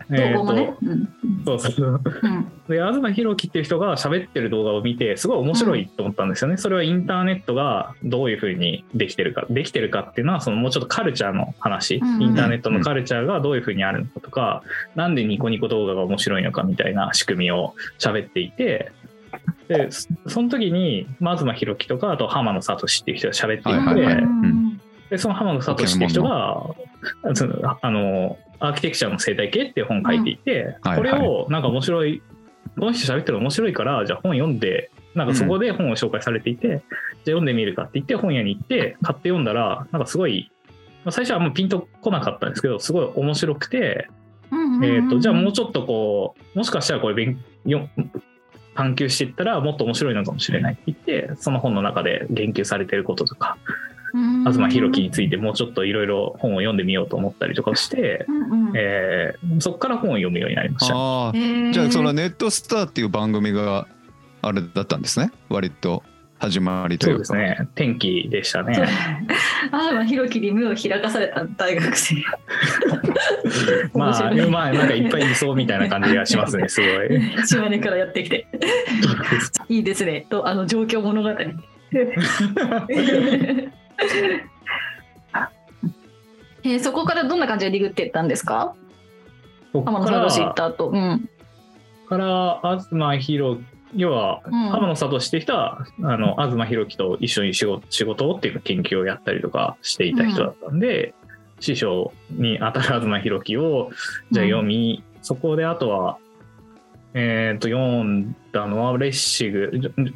で東博樹っていう人が喋ってる動画を見てすごい面白いと思ったんですよね。それはインターネットがどういうふうにできてるかっていうのは、そのもうちょっとカルチャーの話、インターネットのカルチャーがどういうふうにあるのかとか、なんでニコニコ動画が面白いのかみたいな仕組みを喋っていて、でその時に東博樹とか、あと浜野聡っていう人が喋っていて、でその浜野聡っていう人がアーキテクチャの生態系っていう本を書いていて、これをなんか面白い、この人喋ってるの面白いから、じゃあ本読んで、なんかそこで本を紹介されていて、じゃあ読んでみるかって言って本屋に行って買って読んだら、なんかすごい、最初はもうピンとこなかったんですけど、すごい面白くて、じゃあもうちょっともしかしたらこれ探求していったらもっと面白いのかもしれないって言って、その本の中で言及されてることとか、東博樹についてもうちょっといろいろ本を読んでみようと思ったりとかして、そこから本を読むようになりました。 じゃあそのネットスターっていう番組があれだったんですね、割と始まりというか。 そうですね、転機でしたね。 東博樹に目を開かされた大学生まあなんかいっぱいいそうみたいな感じがしますね、すごい。 島根からやってきていいですねと状況物語そこからどんな感じでディグっていったんですか？浜野聡行った後。 から東博要はうん浜野聡って人は東博樹と一緒に仕事をっていうか研究をやったりとかしていた人だったんで、師匠に当たる東博樹をじゃあ読み、そこであとは読んだのはレッシグ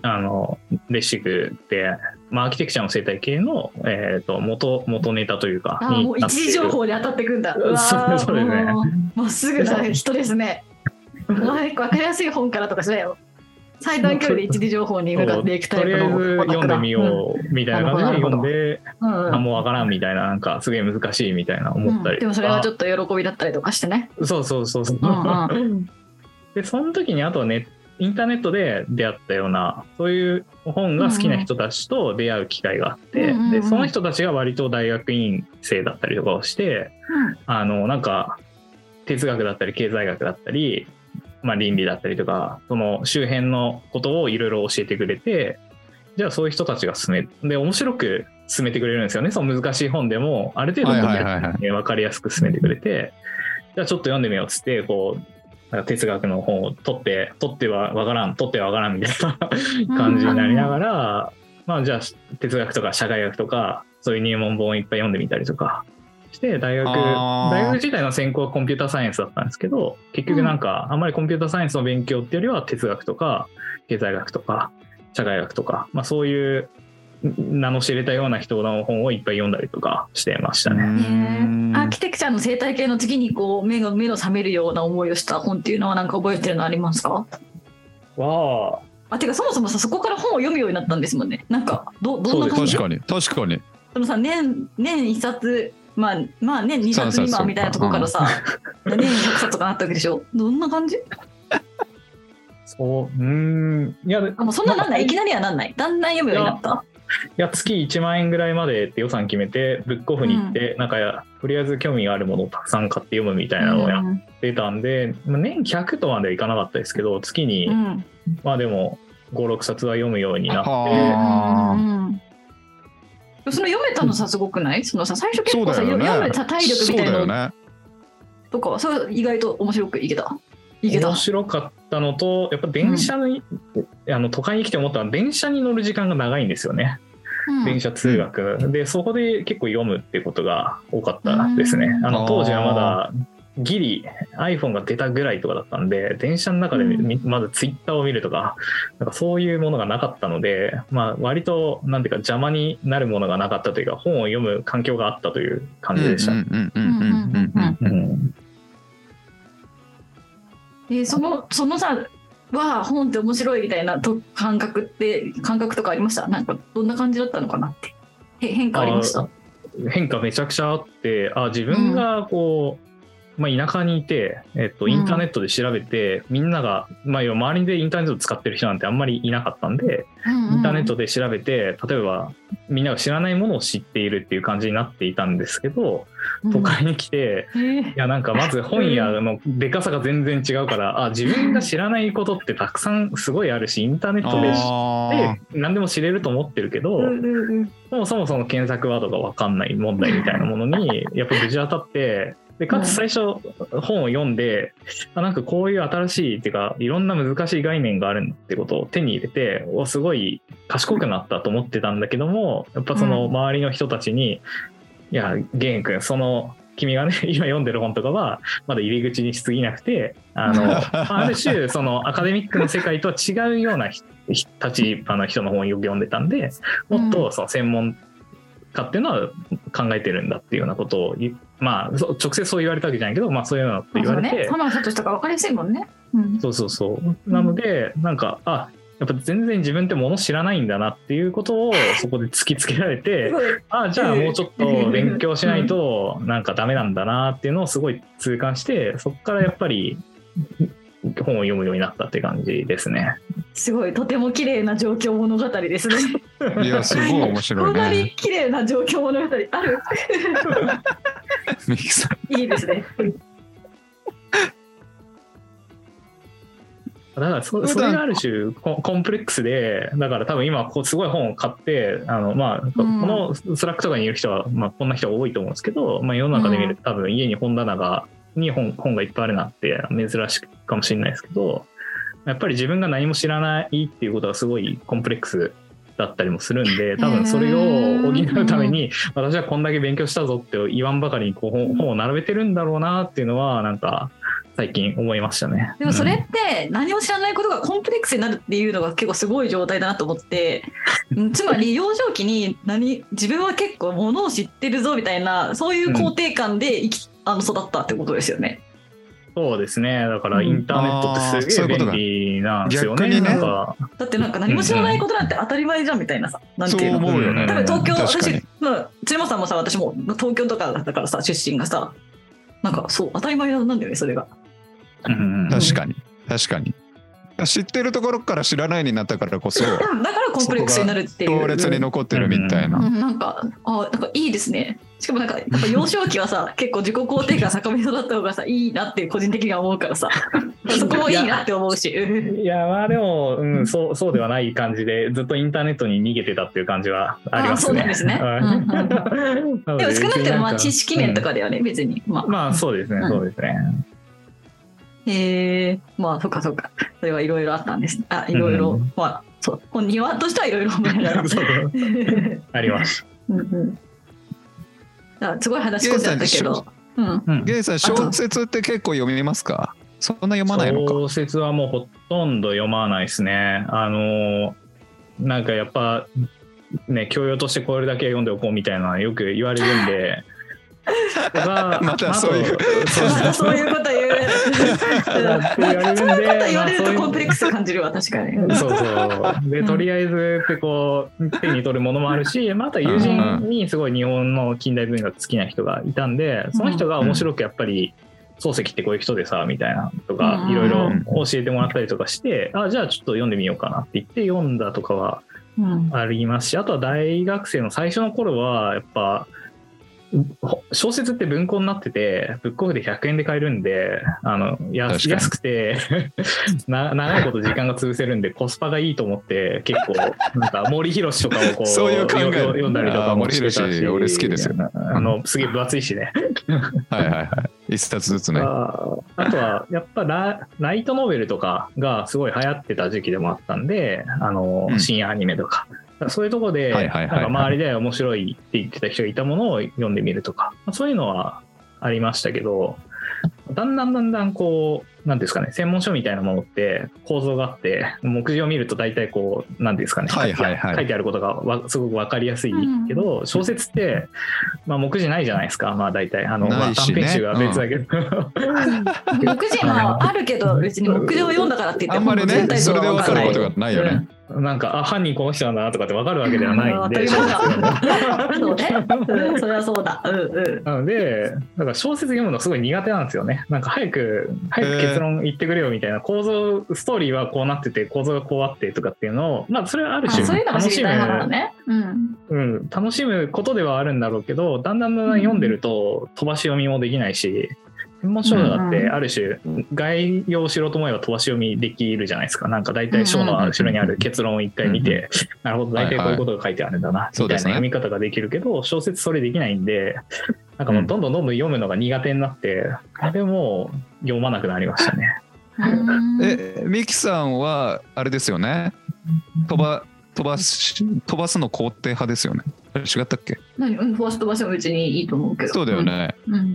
ってアーキテクチャの生態系の、元ネタというかにもう一時情報で当たってくんだ。 そうですね。 まっすぐな人ですね。わかりやすい本からとかしないよ。最短距離で一時情報に向かっていくタイプの。 とりあえず読んでみようみたいな感じで読んで、もうわからんみたたいな、なんかすげえ難しいみたいな思ったりとか、 でもそれはちょっと喜びだったりとかしてね。 そう、でその時にあとはインターネットで出会ったようなそういう本が好きな人たちと出会う機会があって、でその人たちが割と大学院生だったりとかをして、なんか哲学だったり経済学だったり、倫理だったりとかその周辺のことをいろいろ教えてくれて、じゃあそういう人たちが面白く進めてくれるんですよね。その難しい本でもある程度分かりやすく進めてくれて、じゃあちょっと読んでみようっつってなんか哲学の本を取っては分からんみたいな感じになりながら、じゃあ哲学とか社会学とかそういう入門本をいっぱい読んでみたりとかして大学自体の専攻はコンピューターサイエンスだったんですけど、結局なんかあんまりコンピューターサイエンスの勉強っていうよりは哲学とか経済学とか社会学とか、そういう名の知れたような人の本をいっぱい読んだりとかしてましたね。 アーキテクチャの生態系の次に目の覚めるような思いをした本っていうのはなんか覚えてるのありますか？てかそもそもさ、そこから本を読むようになったんですもんね。なんかどんな感じ？ 確かにそのさ、年1冊年2冊未満みたいなとこからさ、年100冊とかなったわけでしょ。どんな感じ？ いやもうそんななんない、いきなりはなんない、だんだん読むようになった。 いや月1万円ぐらいまでって予算決めてブックオフに行って、なんかとりあえず興味があるものをたくさん買って読むみたいなのをやってたんで、年100とまではいかなかったですけど、月に、でも 5,6 冊は読むようになって、 その読めたのさすごくない？そのさ最初結構さ、読めた体力みたいなのとか、それ意外と面白くいけた。 面白かったのと、やっぱ電車に、都会に来て思ったのは電車に乗る時間が長いんですよね。電車通学で、そこで結構読むっていうことが多かったですね。当時はまだギリ iPhone が出たぐらいとかだったんで、電車の中でまず Twitter を見るとか、なんかそういうものがなかったので、割となんていうか邪魔になるものがなかったというか、本を読む環境があったという感じでした。 そのさ本って面白いみたいな感覚とかありました？なんかどんな感じだったのかなって。変化ありました？ 変化めちゃくちゃあって、自分が田舎にいて、インターネットで調べて、みんなが、周りでインターネットを使ってる人なんてあんまりいなかったんで、インターネットで調べて、例えばみんなが知らないものを知っているっていう感じになっていたんですけど、都会に来て、いやなんかまず本屋のでかさが全然違うから、自分が知らないことってたくさんすごいあるし、インターネットで知って何でも知れると思ってるけど、そもそも検索ワードが分かんない問題みたいなものにやっぱぶち当たって、でかつ最初本を読んで、なんかこういう新しいっていうかいろんな難しい概念があるってことを手に入れて、すごい賢くなったと思ってたんだけども、やっぱその周りの人たちに、いや玄君、君がね今読んでる本とかはまだ入り口にしすぎなくて、ある種そのアカデミックの世界とは違うような立場の人の本をよく読んでたんで、もっとその専門家っていうのは考えてるんだっていうようなことを、直接そう言われたわけじゃないけど、そういうのって言われて、 浜野さんとしたから分かりやすいもんね。 そうなので、なんかやっぱ全然自分ってもの知らないんだなっていうことをそこで突きつけられて、じゃあもうちょっと勉強しないとなんかダメなんだなっていうのをすごい痛感して、そこからやっぱり本を読むようになったって感じですね。 すごい、とても綺麗な状況物語ですね。 いや、すごい面白いね。 こんなに綺麗な状況物語ある？ ミキさん。いいですね。 だからそれがある種コンプレックスで、だから多分今すごい本を買って、このスラックとかにいる人は、こんな人が多いと思うんですけど、世の中で見ると多分家に本棚に本がいっぱいあるなって珍しいかもしれないですけど、 やっぱり自分が何も知らないっていうことがすごいコンプレックスだったりもするんで、多分それを補うために私はこんだけ勉強したぞって言わんばかりにこう本を並べてるんだろうなっていうのはなんか最近思いましたね。 でもそれって何も知らないことがコンプレックスになるっていうのが結構すごい状態だなと思ってつまり幼少期に自分は結構ものを知ってるぞみたいなそういう肯定感で育ったってことですよね。 そうですね。だからインターネットってすげえ便利なんですよね。 逆にね、 なんかだってなんか何も知らないことなんて当たり前じゃんみたいなさ、なんていうの。 そう思うよね。 多分東京、 私、 鶴間さんもさ、私も東京とかだったからさ、出身がさ、なんかそう当たり前なんだよね、それが。 確かに確かに。知ってるところから知らないになったからこそ、だからコンプレックスになるっていう。 強烈に残ってるみたいな。 なんかいいですね。しかもなんかやっぱ幼少期はさ結構自己肯定感高めそうだった方がさいいなって個人的には思うからさそこもいいなって思うし。 いやまあでも、そうではない感じでずっとインターネットに逃げてたっていう感じはありますね。 そうなんですね。でも少なくともまあ知識面とかではね、別にまあそうですね、そうですね。 まあそっかそれはいろいろあったんです。いろいろ、まあそう本人はとしてはいろいろあります。 すごい話し込んじゃったけど。 ゲイさん小説って結構読みますか？そんな読まないのか？ 小説はもうほとんど読まないですね。なんかやっぱね教養としてこれだけ読んでおこうみたいなよく言われるんで。 またそういうこと言うって言われるとコンプレックス感じるわ。確かに。 そうでとりあえずってこう手に取るものもあるし、また友人にすごい日本の近代文学好きな人がいたんで、その人が面白くやっぱり漱石ってこういう人でさみたいなとかいろいろ教えてもらったりとかして、じゃあちょっと読んでみようかなって言って読んだとかはありますし、あとは大学生の最初の頃はやっぱ小説って文庫になっててブックオフで100円で買えるんで安くて長いこと時間が潰せるんでコスパがいいと思って結構なんか森博とかをこうそういう考え読んだりとかもしてたし、 森博俺好きですよね。 すげえ分厚いしね一冊ずつね。 あとはやっぱライトノベルとかがすごい流行ってた時期でもあったんで深夜アニメとかそういうところでなんか周りで面白いって言ってた人がいたものを読んでみるとかそういうのはありましたけど、だんだんこう何ですかね、専門書みたいなものって構造があって目次を見ると大体こう何ですかね、書いてあることがすごく分かりやすいけど、小説って目次ないじゃないですか。大体短編集は別だけど、 目次もあるけど別に目次を読んだからって言ってあんまりねそれで分かることがないよね。 なんか犯人この人なんだなとかって分かるわけではないんで、 そうね、それはそうだ。 なのでだから小説読むのすごい苦手なんですよね。なんか早く結論言ってくれよみたいな、構造ストーリーはこうなってて構造がこうあってとかっていうのをそれはある種楽しむことではあるんだろうけど、だんだん読んでると飛ばし読みもできないし、専門書だってある種概要を知ろうと思えば飛ばし読みできるじゃないですか。なんか大体章の後ろにある結論を一回見て、なるほど大体こういうことが書いてあるんだなみたいな読み方ができるけど、小説それできないんで、なんかもうどんどん読むのが苦手になって、あれも読まなくなりましたね。 ミキさんはあれですよね、飛ばすの肯定派ですよね。違ったっけ？ 飛ばしても別にいいと思うけど。 そうだよね。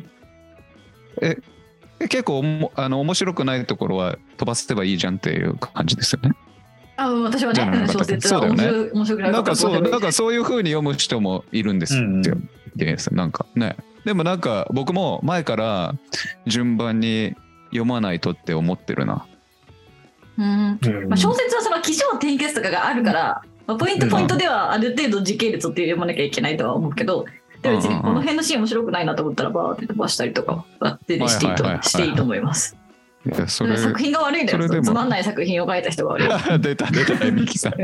結構面白くないところは飛ばせばいいじゃんっていう感じですよね。 私はね、小説は面白くない。なんかそういう風に読む人もいるんですよ。なんかね。でもなんか僕も前から順番に読まないとって思ってるな。 小説はその起承転結とかがあるから、ポイントではある程度時系列って読まなきゃいけないとは思うけど。別にこの辺のシーン面白くないなと思ったらバーって飛ばしたりとかしていいと思います。作品が悪いんだよ。つまんない作品を書いた人が悪い。 出たミキさん。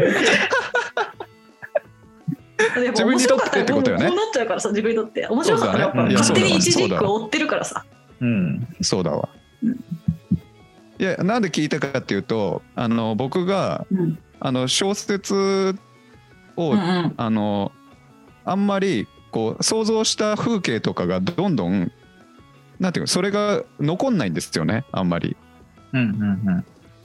自分にとってってことよね。 こうなっちゃうからさ、自分にとって面白かったらやっぱ勝手に一軸を追ってるからさ。 そうだわ。いや、なんで聞いたかっていうと、僕が小説をあんまりこう想像した風景とかがどんどんなんていうかそれが残んないんですよね、あんまり。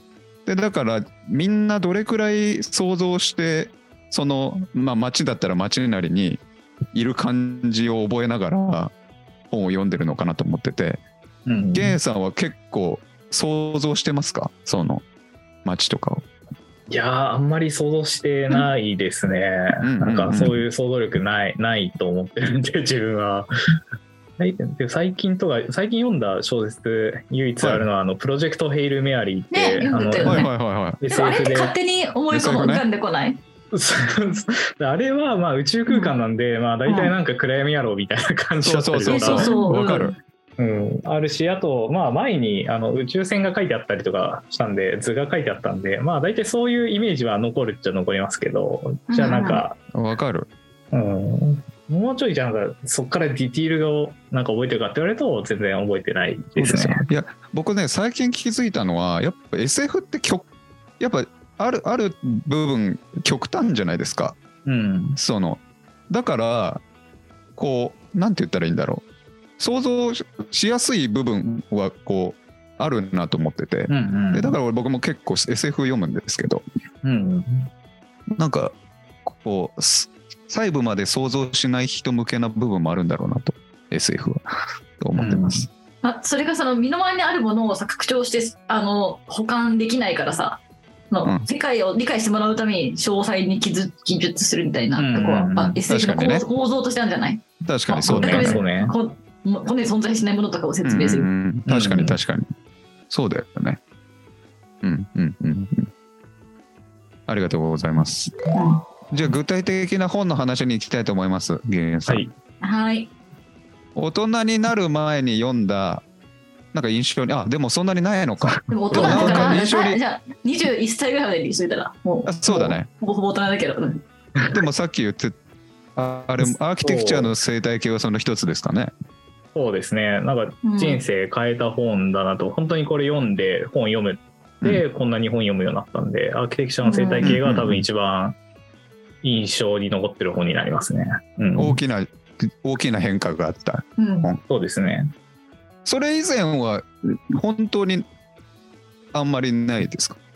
でだからみんなどれくらい想像してその、まあ、街だったら街なりにいる感じを覚えながら本を読んでるのかなと思ってて、ゲンさんは結構想像してますか、その街とかを。 いやー、あんまり想像してないですね。なんかそういう想像力ないと思ってるんで、自分は。で最近読んだ小説唯一あるのは、プロジェクトヘイルメアリーって、 ね、読んでたよね。でもあれって勝手に思い浮かんでこない？ あれはまあ宇宙空間なんで、まあ大体なんか暗闇やろうみたいな感じだったりとか、 わかる。 あるし、あとまあ前に宇宙船が書いてあったりとかしたんで、図が書いてあったんで、まあ大体そういうイメージは残るっちゃ残りますけど、じゃあなんかわかる。 もうちょいじゃあなんかそっからディティールをなんか覚えてるかって言われると全然覚えてないですね。 いや僕ね最近気づいたのはやっぱ SF ってやっぱある部分極端じゃないですか。そのだからこうなんて言ったらいいんだろう、想像しやすい部分はこうあるなと思ってて、でだから僕も結構 SF 読むんですけど、なんかこう細部まで想像しない人向けな部分もあるんだろうなと SF はと思ってます。 それがその身の回りにあるものをさ拡張して保管できないからさ、世界を理解してもらうために詳細に記述するみたいなとこは、SF の構造としてあるんじゃない？ 確かにそうね。 骨存在しないものとかを説明する。 確かにそうだよね。ありがとうございます。じゃあ具体的な本の話に行きたいと思います。ゲンさん。 はい。 大人になる前に読んだなんか印象に、でもそんなにないのか。 でも大人だから印象にじゃあ21歳ぐらいまでにしといたらもうそうだね。 ほぼ大人だけど。 でもさっき言ってあれアーキテクチャの生態系はその一つですかね。 そうですね。なんか人生変えた本だなと、本当にこれ読んで本読むで、こんなに本読むようになったんで、アーキテクチャの生態系が多分一番印象に残ってる本になりますね。 大きな変化があった、 そうですね。 それ以前は本当にあんまりないですか？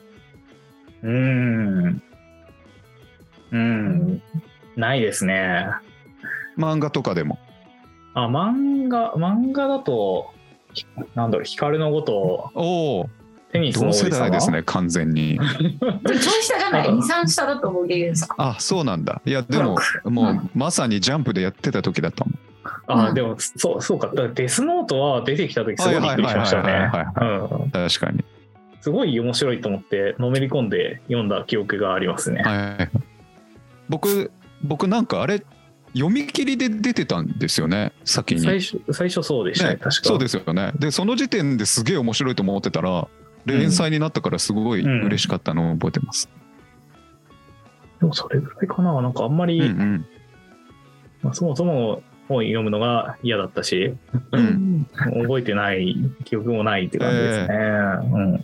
ないですね。 漫画とかでも。 漫画だとなんだろう、光のごとテニスの王子様。同世代ですね完全に。 ちょい下じゃない？ 2,3 下だと思うゲンさん。 そうなんだ。いやでももうまさにジャンプでやってた時だったもん。 でもそうか。デスノートは出てきた時すごいびっくりしましたね。 確かに。 すごい面白いと思ってのめり込んで読んだ記憶がありますね。 僕なんかあれ読み切りで出てたんですよね先に。 最初そうでしたね、確か。 そうですよね。でその時点ですげえ面白いと思ってたら連載になったからすごい嬉しかったのを覚えてます。 でもそれぐらいかな。なんかあんまり、そもそも本読むのが嫌だったし、覚えてない記憶もないって感じですね。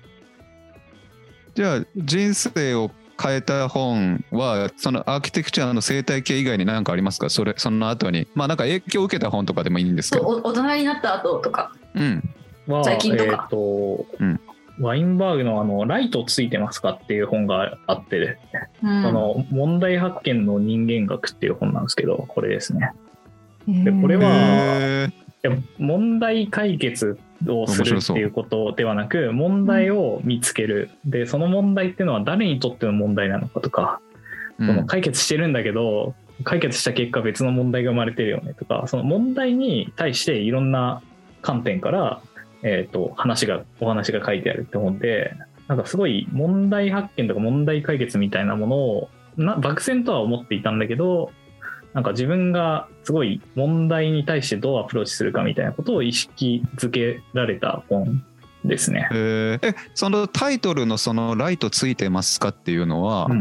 じゃあ人生を変えた本はそのアーキテクチャの生態系以外に何かありますか？その後になんか影響を受けた本とかでもいいんですけど。 大人になった後とか、最近とか、 ワインバーグのライトついてますかっていう本があって、その問題発見の人間学っていう本なんですけど、これですね。でこれは問題解決をするっていうことではなく、問題を見つける。でその問題っていうのは誰にとっての問題なのかとか、その解決してるんだけど解決した結果別の問題が生まれてるよねとか、その問題に対していろんな観点からお話が書いてあるって本で、なんかすごい問題発見とか問題解決みたいなものを漠然とは思っていたんだけど、なんか自分がすごい問題に対してどうアプローチするかみたいなことを意識づけられた本ですね。 そのタイトルのそのライトついてますかっていうのは、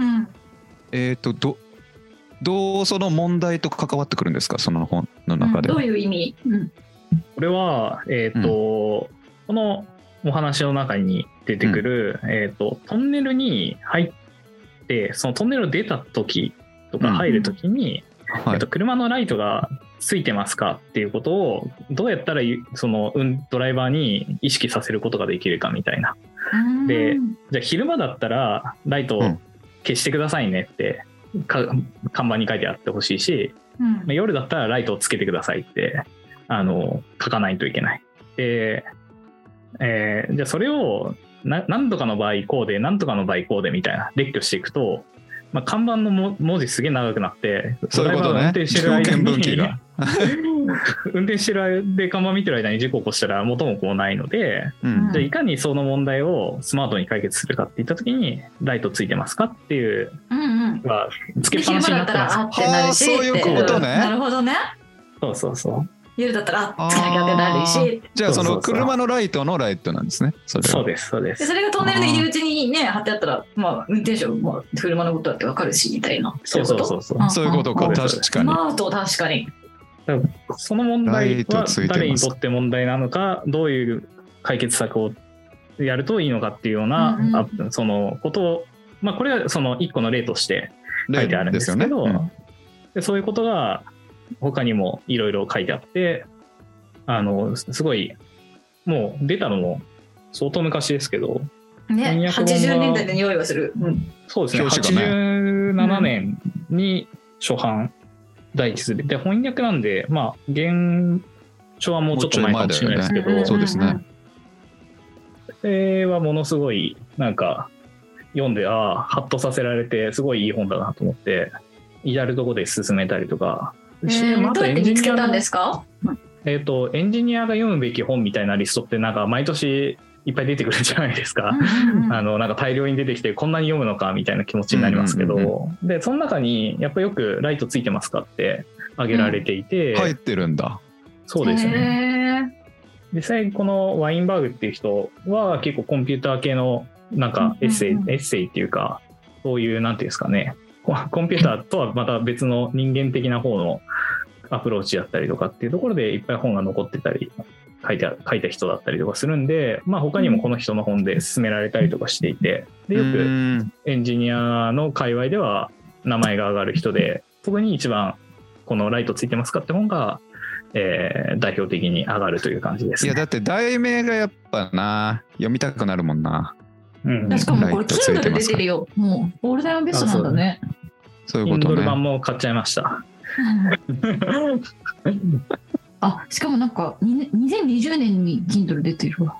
どうその問題と関わってくるんですか、その本の中で。 どういう意味？ これはこのお話の中に出てくる、トンネルに入ってそのトンネルを出た時とか入る時に、車のライトがついてますかっていうことをどうやったらそのドライバーに意識させることができるかみたいなでじゃあ昼間だったらライトを消してくださいねって看板に書いてあってほしいし、夜だったらライトをつけてくださいって書かないといけない。で、じゃあそれを何とかの場合こうで何とかの場合こうでみたいな列挙していくと、看板の文字すげえ長くなって、 そういうことね。 運転してる間に条件分岐が運転してる間で看板見てる間に事故起こしたら元も子もないので、じゃあいかにその問題をスマートに解決するかっていった時にライトついてますかっていうはつけっぱなしになってます。 はあ、そういうことね。 なるほどね。 そう夜だったらつけなきゃってなるし、 じゃあその車のライトのライトなんですね。 そうですでそれがトンネルの入り口にね貼ってあったら、運転手も車のことだって分かるしみたいな。 そういうことか。確かに。 スマート、確かに。 その問題は誰にとって問題なのか、どういう解決策をやるといいのかっていうような、そのことを、これはその一個の例として書いてあるんですけど、でそういうことが他にもいろいろ書いてあって、すごいもう出たのも相当昔ですけど、 ね、80年代の匂いはする。 そうですね。87年に初版第一図で翻訳なんで、原書はもうちょっと前かもしれないですけど、 そうですね。 それはものすごいなんか読んでハッとさせられて、すごいいい本だなと思って至るとこで進めたりとか。 どうやって見つけたんですか？ エンジニアが読むべき本みたいなリストってなんか毎年いっぱい出てくるじゃないですか。なんか大量に出てきてこんなに読むのかみたいな気持ちになりますけど、でその中にやっぱよくライトついてますかって挙げられていて、 入ってるんだ。 そうですね。実際このワインバーグっていう人は結構コンピューター系のなんかエッセイっていうか、そういうなんていうんですかね、コンピューターとはまた別の人間的な方のアプローチだったりとかっていうところでいっぱい本が残ってたり書いた人だったりとかするんで、他にもこの人の本で勧められたりとかしていて、でよくエンジニアの界隈では名前が上がる人で、特に一番このライトついてますかって本が、代表的に上がるという感じですね。 いやだって題名がやっぱな読みたくなるもんな。 しかもこれ Kindle で出てるよ。もうオールダインベストなんだね。 そういうことね。 Kindle 版も買っちゃいました。 しかもなんか2020年に Kindle 出てるわ。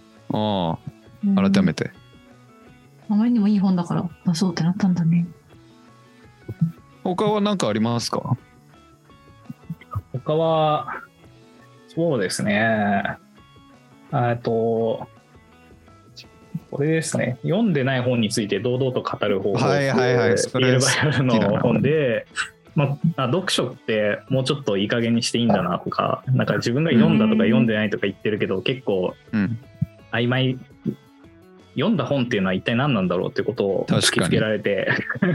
改めて。 あまりにもいい本だから出そうってなったんだね。 他は何かありますか？他はそうですね。これですね。読んでない本について堂々と語る方法。 はい。 それの本で。読書ってもうちょっといい加減にしていいんだなとか、なんか自分が読んだとか読んでないとか言ってるけど結構曖昧、読んだ本っていうのは一体何なんだろうってことを突きつけられて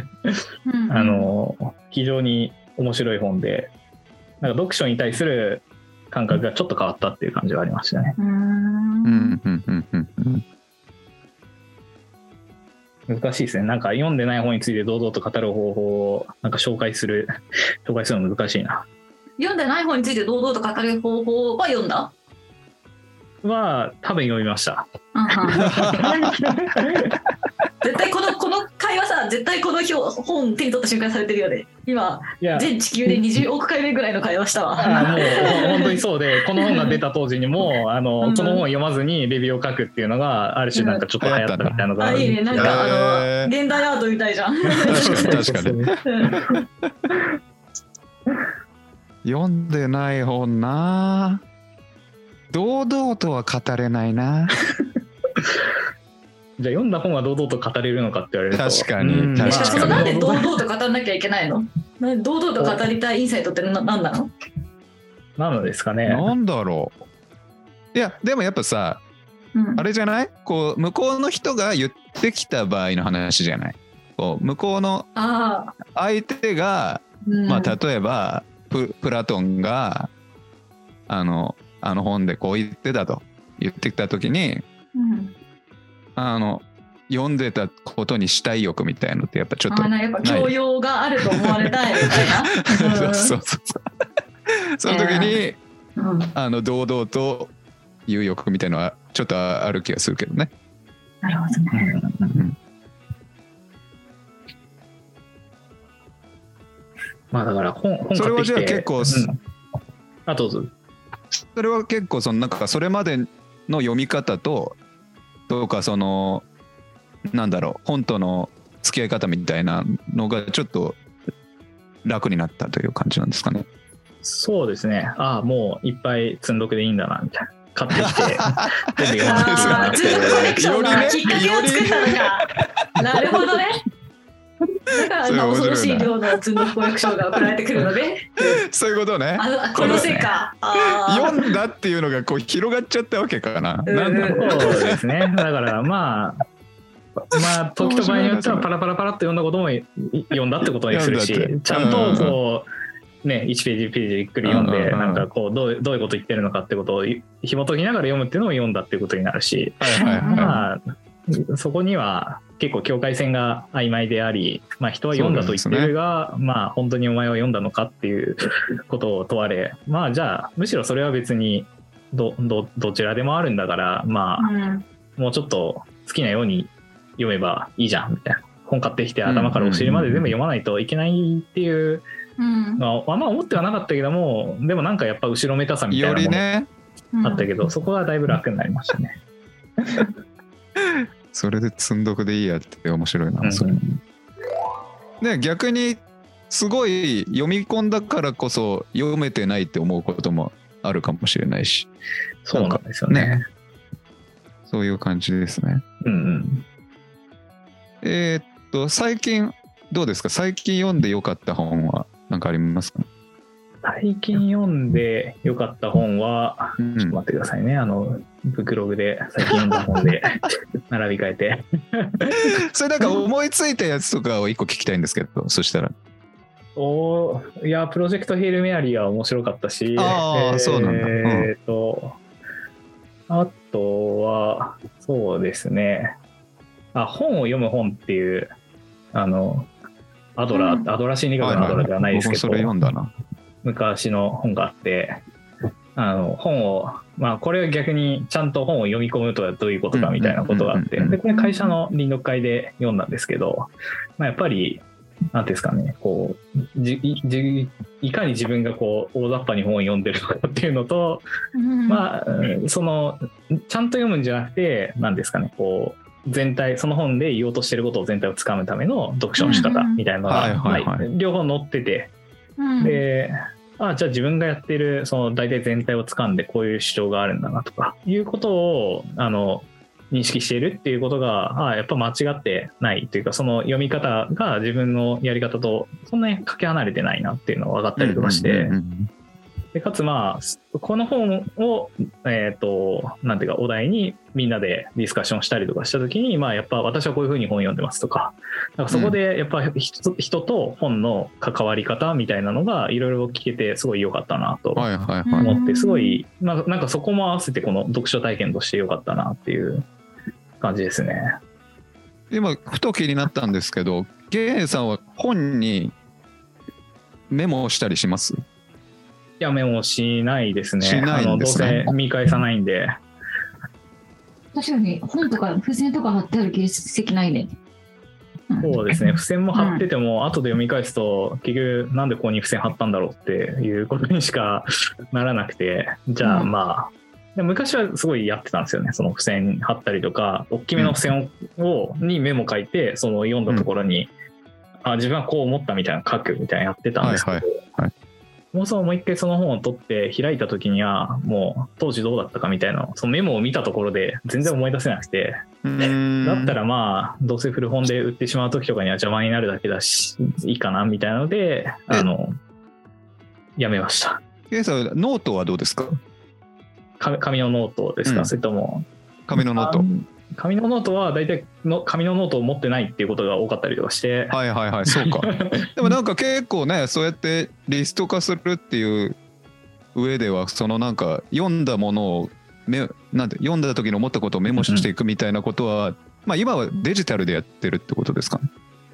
非常に面白い本で、なんか読書に対する感覚がちょっと変わったっていう感じがありましたね。難しいですね。なんか読んでない本について堂々と語る方法をなんか紹介するの難しいな。 読んでない本について堂々と語る方法は読んだ？ は多分読みました。 絶対この会話さ、絶対この本手に取った瞬間されてるよね。今全地球で20億回目ぐらいの会話したわ。 もう本当にそうで、この本が出た当時にもこの本を読まずにレビューを書くっていうのがある種なんかちょっと流行ったみたいなのが、 いいね、なんか現代アートみたいじゃん。 確かに読んでない本な、堂々とは語れないな。 じゃあ読んだ本は堂々と語れるのかって言われると、 確かになんで堂々と語らなきゃいけないの？堂々と語りたいインサイトって何なの？ 何ですかね。 なんだろう。いやでもやっぱさ、あれじゃない？こう向こうの人が言ってきた場合の話じゃない。こう向こうの相手が、例えばプラトンがあの本でこう言ってたと言ってきた時に、読んでたことにしたい欲みたいなのってやっぱちょっとやっぱ教養があると思われたいみたいな。そうその時に、堂々と言う欲みたいなのはちょっとある気がするけどね。 なるほどね。 まあだから本買ってきて。 それはじゃあ結構、 あ、どうぞ。 それは結構なんかそれまでの読み方とかなんだろう、本との付き合い方みたいなのがちょっと楽になったという感じなんですかね。 そうですね。ああ、もういっぱい積んどくでいいんだなみたいな。買ってきて全部読まなくていいかなって。 積んどくコレクションのきっかけを作ったのか。なるほどね。だから恐ろしい量の積んどくコレクションが送られてくるのでそういうことね。 このせいか。 読んだっていうのがこう広がっちゃったわけかな。なんだろう。 そうですね。だからまあ時と場合によってはパラパラパラっと読んだことも読んだってことにするし、ちゃんとこうね、1ページゆっくり読んで、なんかこうどういうこと言ってるのかってことを紐解きながら読むっていうのを読んだっていうことになるし、まあそこには結構境界線が曖昧であり、まあ、人は読んだと言ってるが、まあ本当にお前は読んだのかっていうことを問われ、まあじゃあむしろそれは別にどちらでもあるんだから、まあもうちょっと好きなように読めばいいじゃんみたいな。本買ってきて頭からお尻まで全部読まないといけないっていうのはあんま思ってはなかったけども、でもなんかやっぱ後ろめたさみたいなものあったけど、そこはだいぶ楽になりましたね。 それで積んどくでいいやって面白いな、それ。ね、逆にすごい読み込んだからこそ読めてないって思うこともあるかもしれないし。 そうなんですよね。 そういう感じですね。最近どうですか？最近読んでよかった本は何かありますか？ 最近読んでよかった本は、ちょっと待ってくださいね。ブクログで最近読んだ本で並び替えて。 それなんか思いついたやつとかを一個聞きたいんですけど、そしたら。 いや、プロジェクトヘイルメアリーは面白かったし、 そうなんだ。 あとは、そうですね。本を読む本っていう、アドラー心理学のアドラーではないですけど、 それ読んだな。 昔の本があって、本を、まあこれは逆にちゃんと本を読み込むとはどういうことかみたいなことがあって、でこれ会社の臨読会で読んだんですけど、まあ、やっぱりなんていうんですかね、こういかに自分がこう大雑把に本を読んでるのかっていうのと、まあちゃんと読むんじゃなくて、なんですかね、こう全体、その本で言おうとしてることを全体をつかむための読書の仕方みたいなのが両方載ってて、でじゃあ自分がやってるその大体全体をつかんでこういう主張があるんだなとかいうことを認識しているっていうことがやっぱ間違ってないというか、その読み方が自分のやり方とそんなにかけ離れてないなっていうのが分かったりとかして、でかつまあこの本をなんていうかお題にみんなでディスカッションしたりとかした時に、まあやっぱ私はこういうふうに本読んでますとか、なんかそこでやっぱ人と本の関わり方みたいなのがいろいろ聞けてすごい良かったなと思って、すごいなんかそこも合わせてこの読書体験として良かったなっていう感じですね。 今ふと気になったんですけど、ゲイさんは本にメモをしたりします？ いや、メモしないですね。 しないんですね。 どうせ見返さないんで。 確かに本とか付箋とか貼ってある形跡ないね。 そうですね。付箋も貼ってても、後で読み返すと結局なんでここに付箋貼ったんだろうっていうことにしかならなくて、じゃあまあ、で昔はすごいやってたんですよね。その付箋貼ったりとか、大きめの付箋にメモ書いて、その読んだところに、自分はこう思ったみたいな書くみたいなやってたんですけど、もう一回その本を取って開いた時にはもう当時どうだったかみたいなそのメモを見たところで全然思い出せなくて、だったらまあどうせ古本で売ってしまう時とかには邪魔になるだけだしいいかなみたいなのでやめました。 ケイさん、ノートはどうですか？ 紙のノートですか？それとも紙のノート。 紙のノートは大体紙のノートを持ってないっていうことが多かったりとかして、 そうか。でもなんか結構ね、そうやってリスト化するっていう上では、そのなんか読んだものを読んだ時に思ったことをメモしていくみたいなことは、まあ今はデジタルでやってるってことですかね。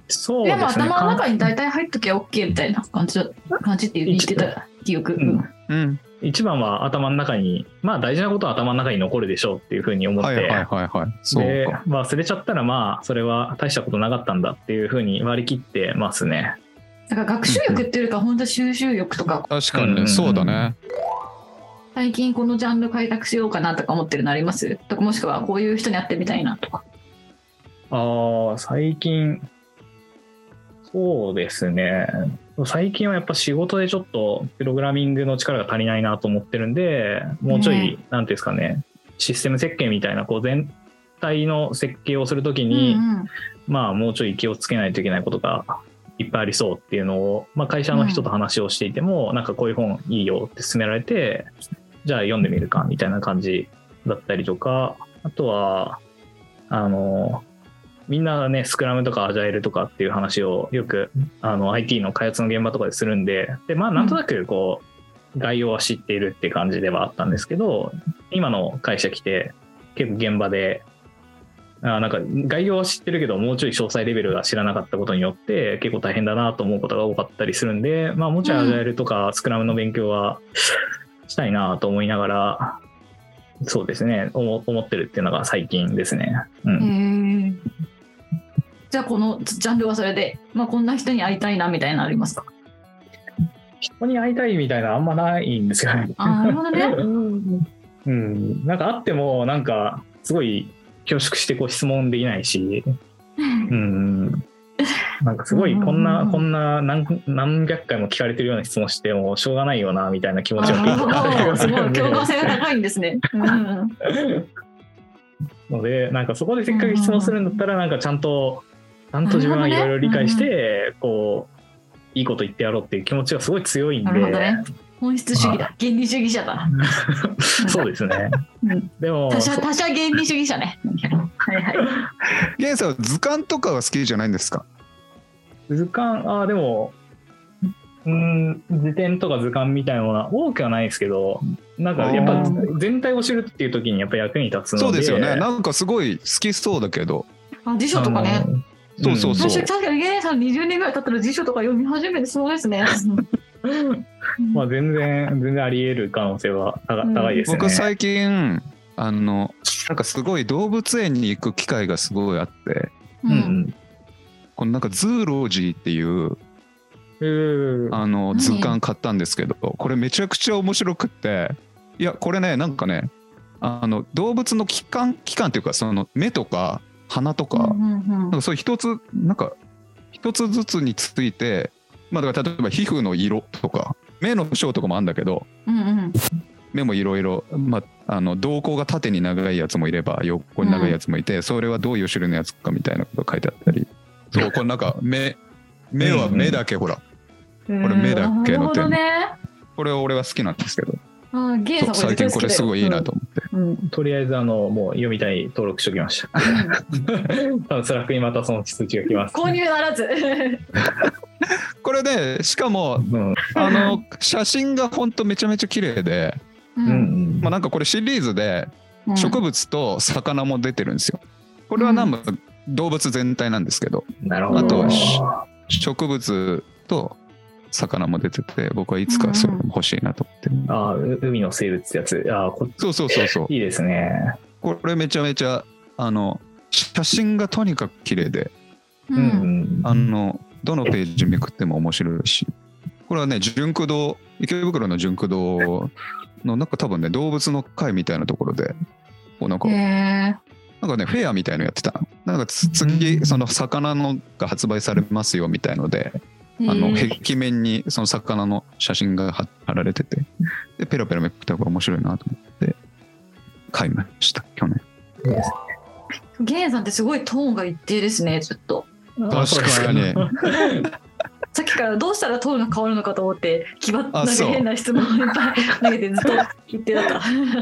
そうですね。 でも頭の中に大体入っときゃ OK みたいな感じって言ってた記憶。 うん。 一番は頭の中に、まあ大事なことは頭の中に残るでしょうっていうふうに思って、 はいはいはいはい。そうでか。 忘れちゃったらまあそれは大したことなかったんだっていうふうに割り切ってますね。 だから学習欲っていうか本当収集欲とか、 確かにね、そうだね。 最近このジャンル開拓しようかなとか思ってるのありますとか、もしくはこういう人に会ってみたいなとか。 最近そうですね。最近はやっぱ仕事でちょっとプログラミングの力が足りないなと思ってるんで、もうちょい、なんていうんですかね、システム設計みたいなこう全体の設計をするときに、まあもうちょい気をつけないといけないことがいっぱいありそうっていうのを、まあ、会社の人と話をしていても、なんかこういう本いいよって勧められて、じゃあ読んでみるかみたいな感じだったりとか、あとはみんなね、スクラムとかアジャイルとかっていう話をよくIT の開発の現場とかでするんで、まあなんとなくこう概要は知っているって感じではあったんですけど、今の会社来て結構現場でなんか概要は知ってるけどもうちょい詳細レベルが知らなかったことによって結構大変だなと思うことが多かったりするんで、まあもうちょいアジャイルとかスクラムの勉強はしたいなと思いながら、そうですね、思ってるっていうのが最近ですね。 じゃあこのジャンルはそれで、まあ、こんな人に会いたいなみたいなのありますか？ 人に会いたいみたいなあんまないんですよね。 なるほどね。 なんか会ってもなんかすごい恐縮してこう質問できないし、なんかすごいこんな何百回も聞かれてるような質問してもしょうがないよなみたいな気持ちがすごい共感性が高いんですね。 のでなんかそこでせっかく質問するんだったらなんかちゃんと自分はいろいろ理解してこういいこと言ってやろうっていう気持ちがすごい強いんで。 なるほどね。本質主義だ。原理主義者だ。 そうですね。でも他者原理主義者ね。はいはい。 ゲンさんは図鑑とかは好きじゃないんですか？ 図鑑でも辞典とか図鑑みたいなものは多くはないですけど、なんかやっぱ全体を知るっていう時にやっぱ役に立つので。 そうですよね。なんかすごい好きそうだけど。 辞書とかね。 そう確かにゲンさん20年ぐらい経ったら辞書とか読み始めてそうですね。 まあ全然あり得る可能性は高いですね。 僕最近なんかすごい動物園に行く機会がすごいあって、このなんかズーロージーっていう図鑑買ったんですけど、これめちゃくちゃ面白くって、いやこれねなんかね動物の器官っていうかその目とか鼻とか、なんかそういう一つずつについて、まあだから例えば皮膚の色とか目の章とかもあるんだけど、目もいろいろ、まあ瞳孔が縦に長いやつもいれば横に長いやつもいて、それはどういう種類のやつかみたいなことが書いてあったり、そうこれなんか目は目だけほら。これ目だけの点、これ俺は好きなんですけど、最近これすごいいいなと思って、 とりあえずもう読みたい登録しておきました。多分スラックにまたその通知が来ます。 購入ならず。 これでしかも、写真がほんとめちゃめちゃ綺麗で、まあなんかこれシリーズで植物と魚も出てるんですよ。これは動物全体なんですけど、あと植物と魚も出てて、僕はいつかそれも欲しいなと思って、 海の生物ってやつ、 そういいですね。 これめちゃめちゃ写真がとにかく綺麗で、どのページめくっても面白いし、これはね池袋の純駆動のなんか多分ね動物の会みたいなところでなんかねフェアみたいのやってた。なんか次その魚のが発売されますよみたいので、壁面にその魚の写真が貼られてて、でペラペラめくった方が面白いなと思って買いました去年。 ゲンさんってすごいトーンが一定ですね、ずっと。 確かに。 さっきからどうしたらトーンが変わるのかと思ってなんか変な質問をいっぱい投げてずっと一定だった。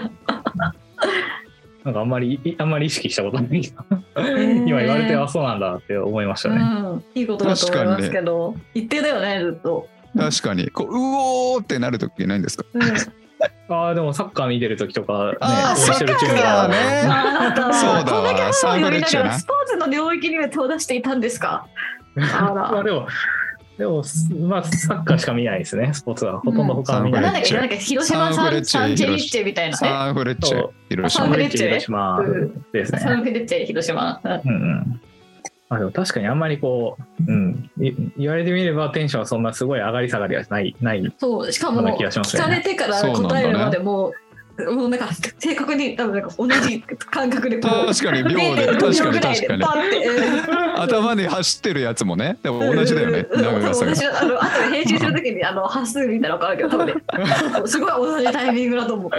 なんかあんまり意識したことないけど、今言われてそうなんだって思いましたね。 いいことだと思いますけど、一定だよねずっと。 確かにうおーってなるときないんですか？ でもサッカー見てるときとかね、 サッカーね。そうだわ。 サンフレッチェな。スポーツの領域には手を出していたんですか？ まあでもまあサッカーしか見ないですね。スポーツはほとんど他は見ない。 なんだっけ、なんか広島サンチェリッチェみたいなね。 サンフレッチェ広島。 サンフレッチェ広島ですね。 サンフレッチェ広島。 まあでも確かにあんまりこう、言われてみればテンションはそんなすごい上がり下がりはないそうしかも聞かれてから答えるまでもうなんか正確に多分なんか同じ感覚でこう確かに秒で確かに頭に走ってるやつもねでも同じだよね長さが。 私あとで編集するときに端数みたいなの分かるけど多分ねすごい同じタイミングだと思う。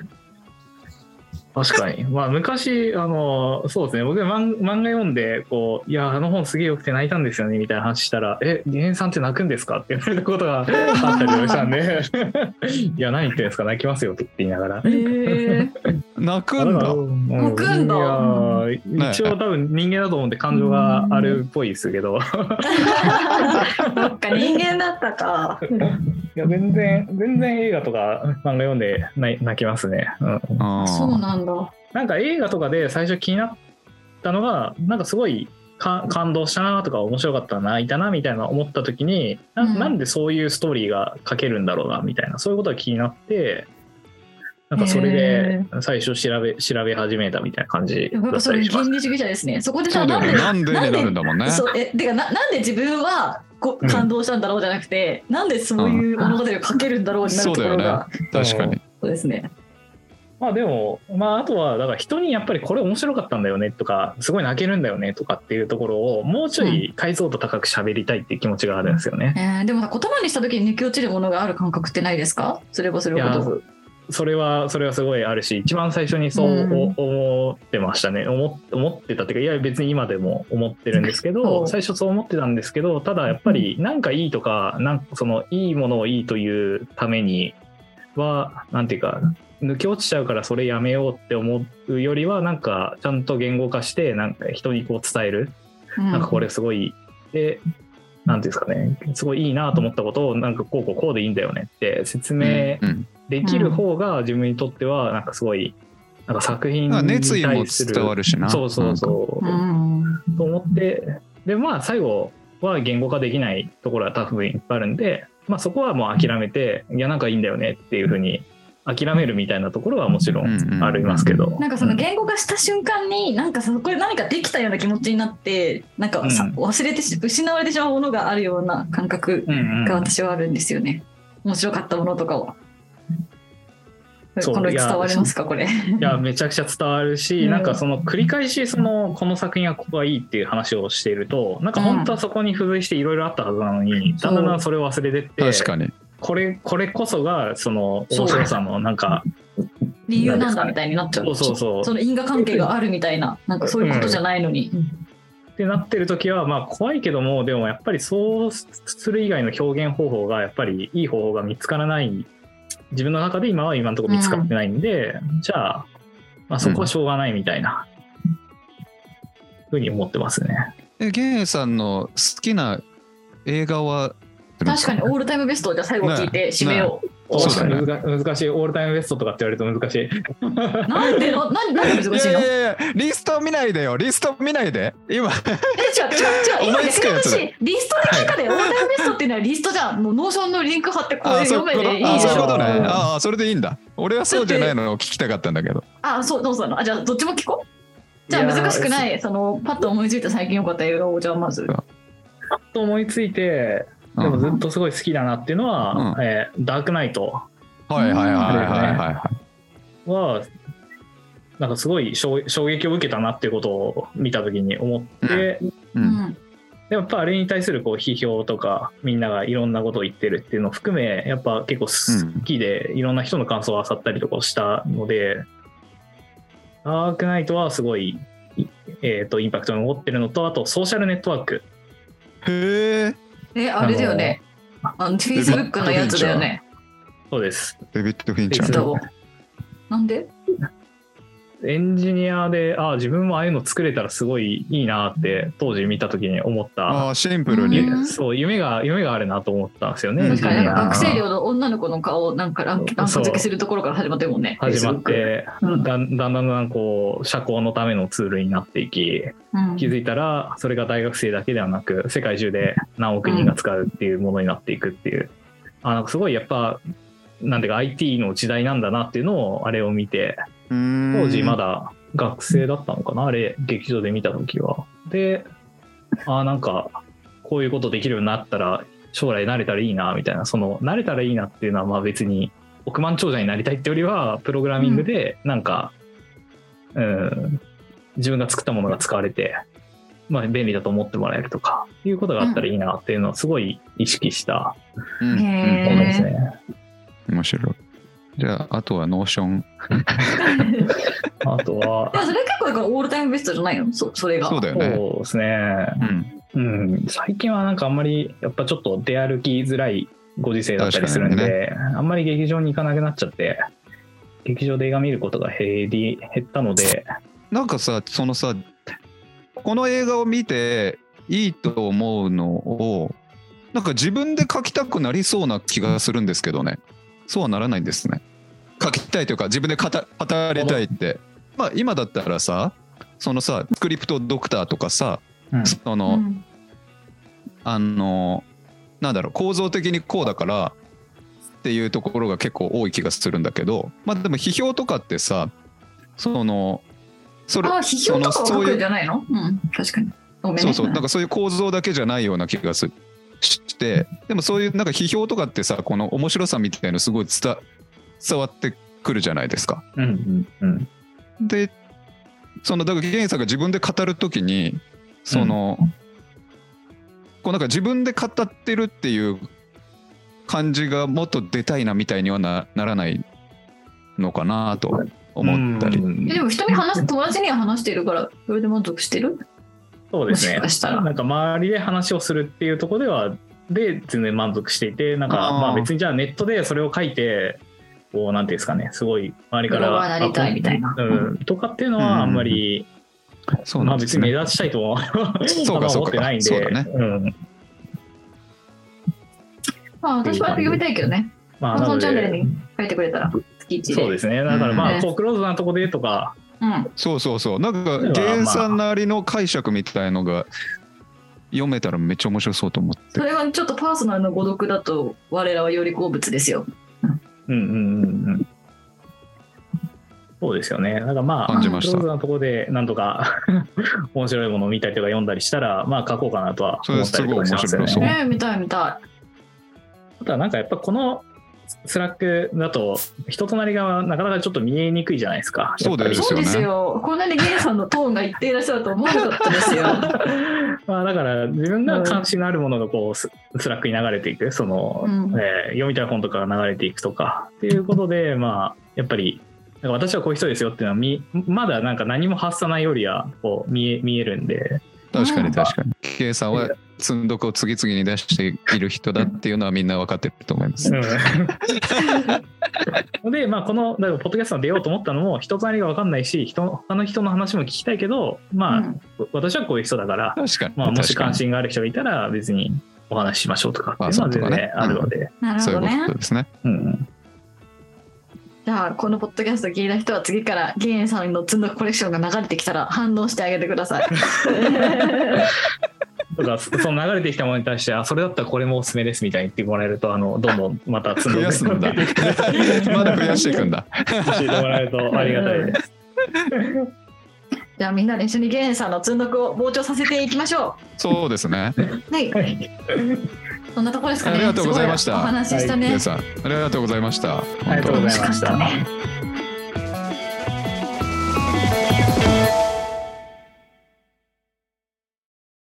確かに。まあ昔そうですね。僕漫画読んでこういや本すげえ良くて泣いたんですよねみたいな話したら源さんって泣くんですかって言われることがあったりしたんでいや何言ってんですか泣きますよって言いながら。 泣くんだ。 泣くんだ。 いや一応多分人間だと思うんで感情があるっぽいですけど。 そっか人間だったか。 いや全然映画とか漫画読んで泣きますね。 そうなんだ。 なんか映画とかで最初気になったのがなんかすごい感動したなとか面白かったな泣いたなみたいな思った時になんでそういうストーリーが書けるんだろうなみたいなそういうことが気になってなんかそれで最初調べ始めたみたいな感じだったりします。 それ原理主義者ですね。そこでさなんでになるんだもんね。 てかなんで自分は感動したんだろうじゃなくて、なんでそういう物語を書けるんだろうになるところが、 確かにそうですね。 まあでもあとはだから人にやっぱりこれ面白かったんだよねとかすごい泣けるんだよねとかっていうところをもうちょい解像度高く喋りたいっていう気持ちがあるんですよね。 でも言葉にした時に抜け落ちるものがある感覚ってないですか？それはそれほど。 それはすごいあるし一番最初にそう思ってましたね。思ってたっていうかいや別に今でも思ってるんですけど最初そう思ってたんですけどただやっぱりなんかいいとかなんかそのいいものをいいというためにはなんていうか抜け落ちちゃうからそれやめようって思うよりはなんかちゃんと言語化してなんか人にこう伝える、なんかこれすごいでなんていうんですかねすごいいいなと思ったことをなんかこうでいいんだよねって説明できる方が自分にとってはなんかすごいなんか作品に対する熱意も伝わるしなそう、と思ってで最後は言語化できないところは多分いっぱいあるんでそこはもう諦めていやなんかいいんだよねっていう風に諦めるみたいなところはもちろんありますけど、 なんかその言語化した瞬間になんかそこで何かできたような気持ちになってなんか忘れて失われてしまうものがあるような感覚が私はあるんですよね。面白かったものとかを。これ伝わりますかこれ？ いやめちゃくちゃ伝わるし、なんかその繰り返しこの作品はここがいいっていう話をしているとなんか本当はそこに付随していろいろあったはずなのに、だんだんそれを忘れてって確かにこれこそがその面白さのなんか理由なんだみたいになっちゃう。 その因果関係があるみたいななんかそういうことじゃないのに。 ってなってる時は怖いけどもでもやっぱりそうする以外の表現方法がやっぱりいい方法が見つからない自分の中で今のところ見つかってないんで、じゃあ、そこはしょうがないみたいなふうに思ってますね。 ゲンさんの好きな映画は確かにオールタイムベストをじゃあ最後聞いて締めよう。 難しいオールタイムベストとかって言われると難しい。 なんで難しいの？ いやリスト見ないでよ。リスト見ないで今。 違う今逆に私リストで聞いたでオールタイムベストっていうのはリストじゃん。もうノーションのリンク貼ってこれ読めていいでしょ。 そういうことね。それでいいんだ。俺はそうじゃないのを聞きたかったんだけど。 そうどうぞ。じゃあどっちも聞こう。じゃあ難しくないそのパッと思いついた最近良かった映画をじゃあまず。 パッと思いついて。でもずっとすごい好きだなっていうのは、ダークナイトはなんかすごい衝撃を受けたなっていうことを見た時に思って、でもやっぱあれに対するこう批評とかみんながいろんなことを言ってるっていうのを含めやっぱ結構好きでいろんな人の感想を漁ったりとかしたので、ダークナイトはすごい、インパクトが残ってるのとあとソーシャルネットワーク。 へーあれだよね。Facebook のやつだよね。 そうです。 デビッド・フィンチャー。 なんで？ エンジニアで自分もああいうの作れたらすごいいいなって当時見た時に思った。 シンプルにそう夢があるなと思ったんですよね。 確かに学生寮の女の子の顔をなんかランク付けするところから始まってるもんね。 始まって、だんだんこう社交のためのツールになっていき、気づいたらそれが大学生だけではなく世界中で何億人が使うっていうものになっていくっていう、なんかすごいやっぱなんていうか IT の時代なんだなっていうのをあれを見て、当時まだ学生だったのかな、あれ劇場で見た時は。でなんかこういうことできるようになったら将来慣れたらいいなみたいな、その慣れたらいいなっていうのはまあ別に億万長者になりたいってよりはプログラミングでなんか、自分が作ったものが使われて、まあ、便利だと思ってもらえるとかいうことがあったらいいなっていうのをすごい意識したものですね。 面白い。じゃああとはノーションあとはそれ結構だからオールタイムベストじゃないの？それがそうだよね。 そうですね、最近はなんかあんまりやっぱちょっと出歩きづらいご時世だったりするんで、あんまり劇場に行かなくなっちゃって劇場で映画見ることが減ったので、 なんかさそのさこの映画を見ていいと思うのをなんか自分で書きたくなりそうな気がするんですけどね。そうはならないんですね。書きたいというか自分で語りたいって、まあ今だったらさそのさスクリプトドクターとかさ、その、なんだろう構造的にこうだからっていうところが結構多い気がするんだけど、まあでも批評とかってさそれ批評とかは書くんじゃないの？確かに。 そうなんかそういう構造だけじゃないような気がして、でもそういうなんか批評とかってさこの面白さみたいなのすごい伝わってくるじゃないですか。でそのだからゲンさんが自分で語るときにその、こうなんか自分で語ってるっていう感じがもっと出たいなみたいにはならないのかなと思ったり。 でも人に友達には話しているからそれで満足してる？ そうですね。なんか周りで話をするっていうところで全然満足していて、なんかまあ別にじゃあネットでそれを書いてこうなんていうんですかね、すごい周りからなりたいみたいな、 とかっていうのはあんまり、まあ別に目立ちたいとは思ってないんで。 まあ私は読みたいけどね。まあそのチャンネルに書いてくれたら月1で。 そうですね。だからまあこうクローズなとこでとか。 そうなんかゲンさんなりの解釈みたいのが読めたらめっちゃ面白そうと思って。 それはちょっとパーソナルの誤読だと我らはより好物ですよ。 そうですよね。なんかまあクローズなところでなんとか面白いものを見たりとか読んだりしたらまあ書こうかなとは思ったりとかしますよね。 見たい。 あとはなんかやっぱこのスラックだと人となりがなかなかちょっと見えにくいじゃないですか。 そうですよ。 こんなにゲンさんのトーンが一定な人だと思わなかったですよ。 まあだから自分が関心のあるものがこうスラックに流れていく、その、読みたい本とかが流れていくとかっていうことで、まあやっぱりなんか私はこういう人ですよっていうのはまだなんか何も発さないよりはこう見えるんで。 確かにゲンさんは積んどくを次々に出している人だっていうのはみんな分かってると思います。で、まあこのだからポッドキャストに出ようと思ったのも人となりが分かんないし、他の人の話も聞きたいけど、まあ、私はこういう人だから、まあもし関心がある人がいたら別にお話ししましょうとかっていうのは全然あるので、 そういうことですね。 じゃあこのポッドキャスト聞いた人は次からゲンさんの積んどくコレクションが流れてきたら反応してあげてください。 とかその流れてきたものに対してそれだったらこれもおすすめですみたいに言ってもらえるとどんどんまた積んどく増やすんだ。まだ増やしていくんだ。 教えてもらえるとありがたいです。 じゃあみんなで一緒にゲンさんの積んどくを膨張させていきましょう。 そうですね。 はい。そんなところですかね。 ありがとうございました。 お話ししたね。 ゲンさんありがとうございました。 ありがとうございました。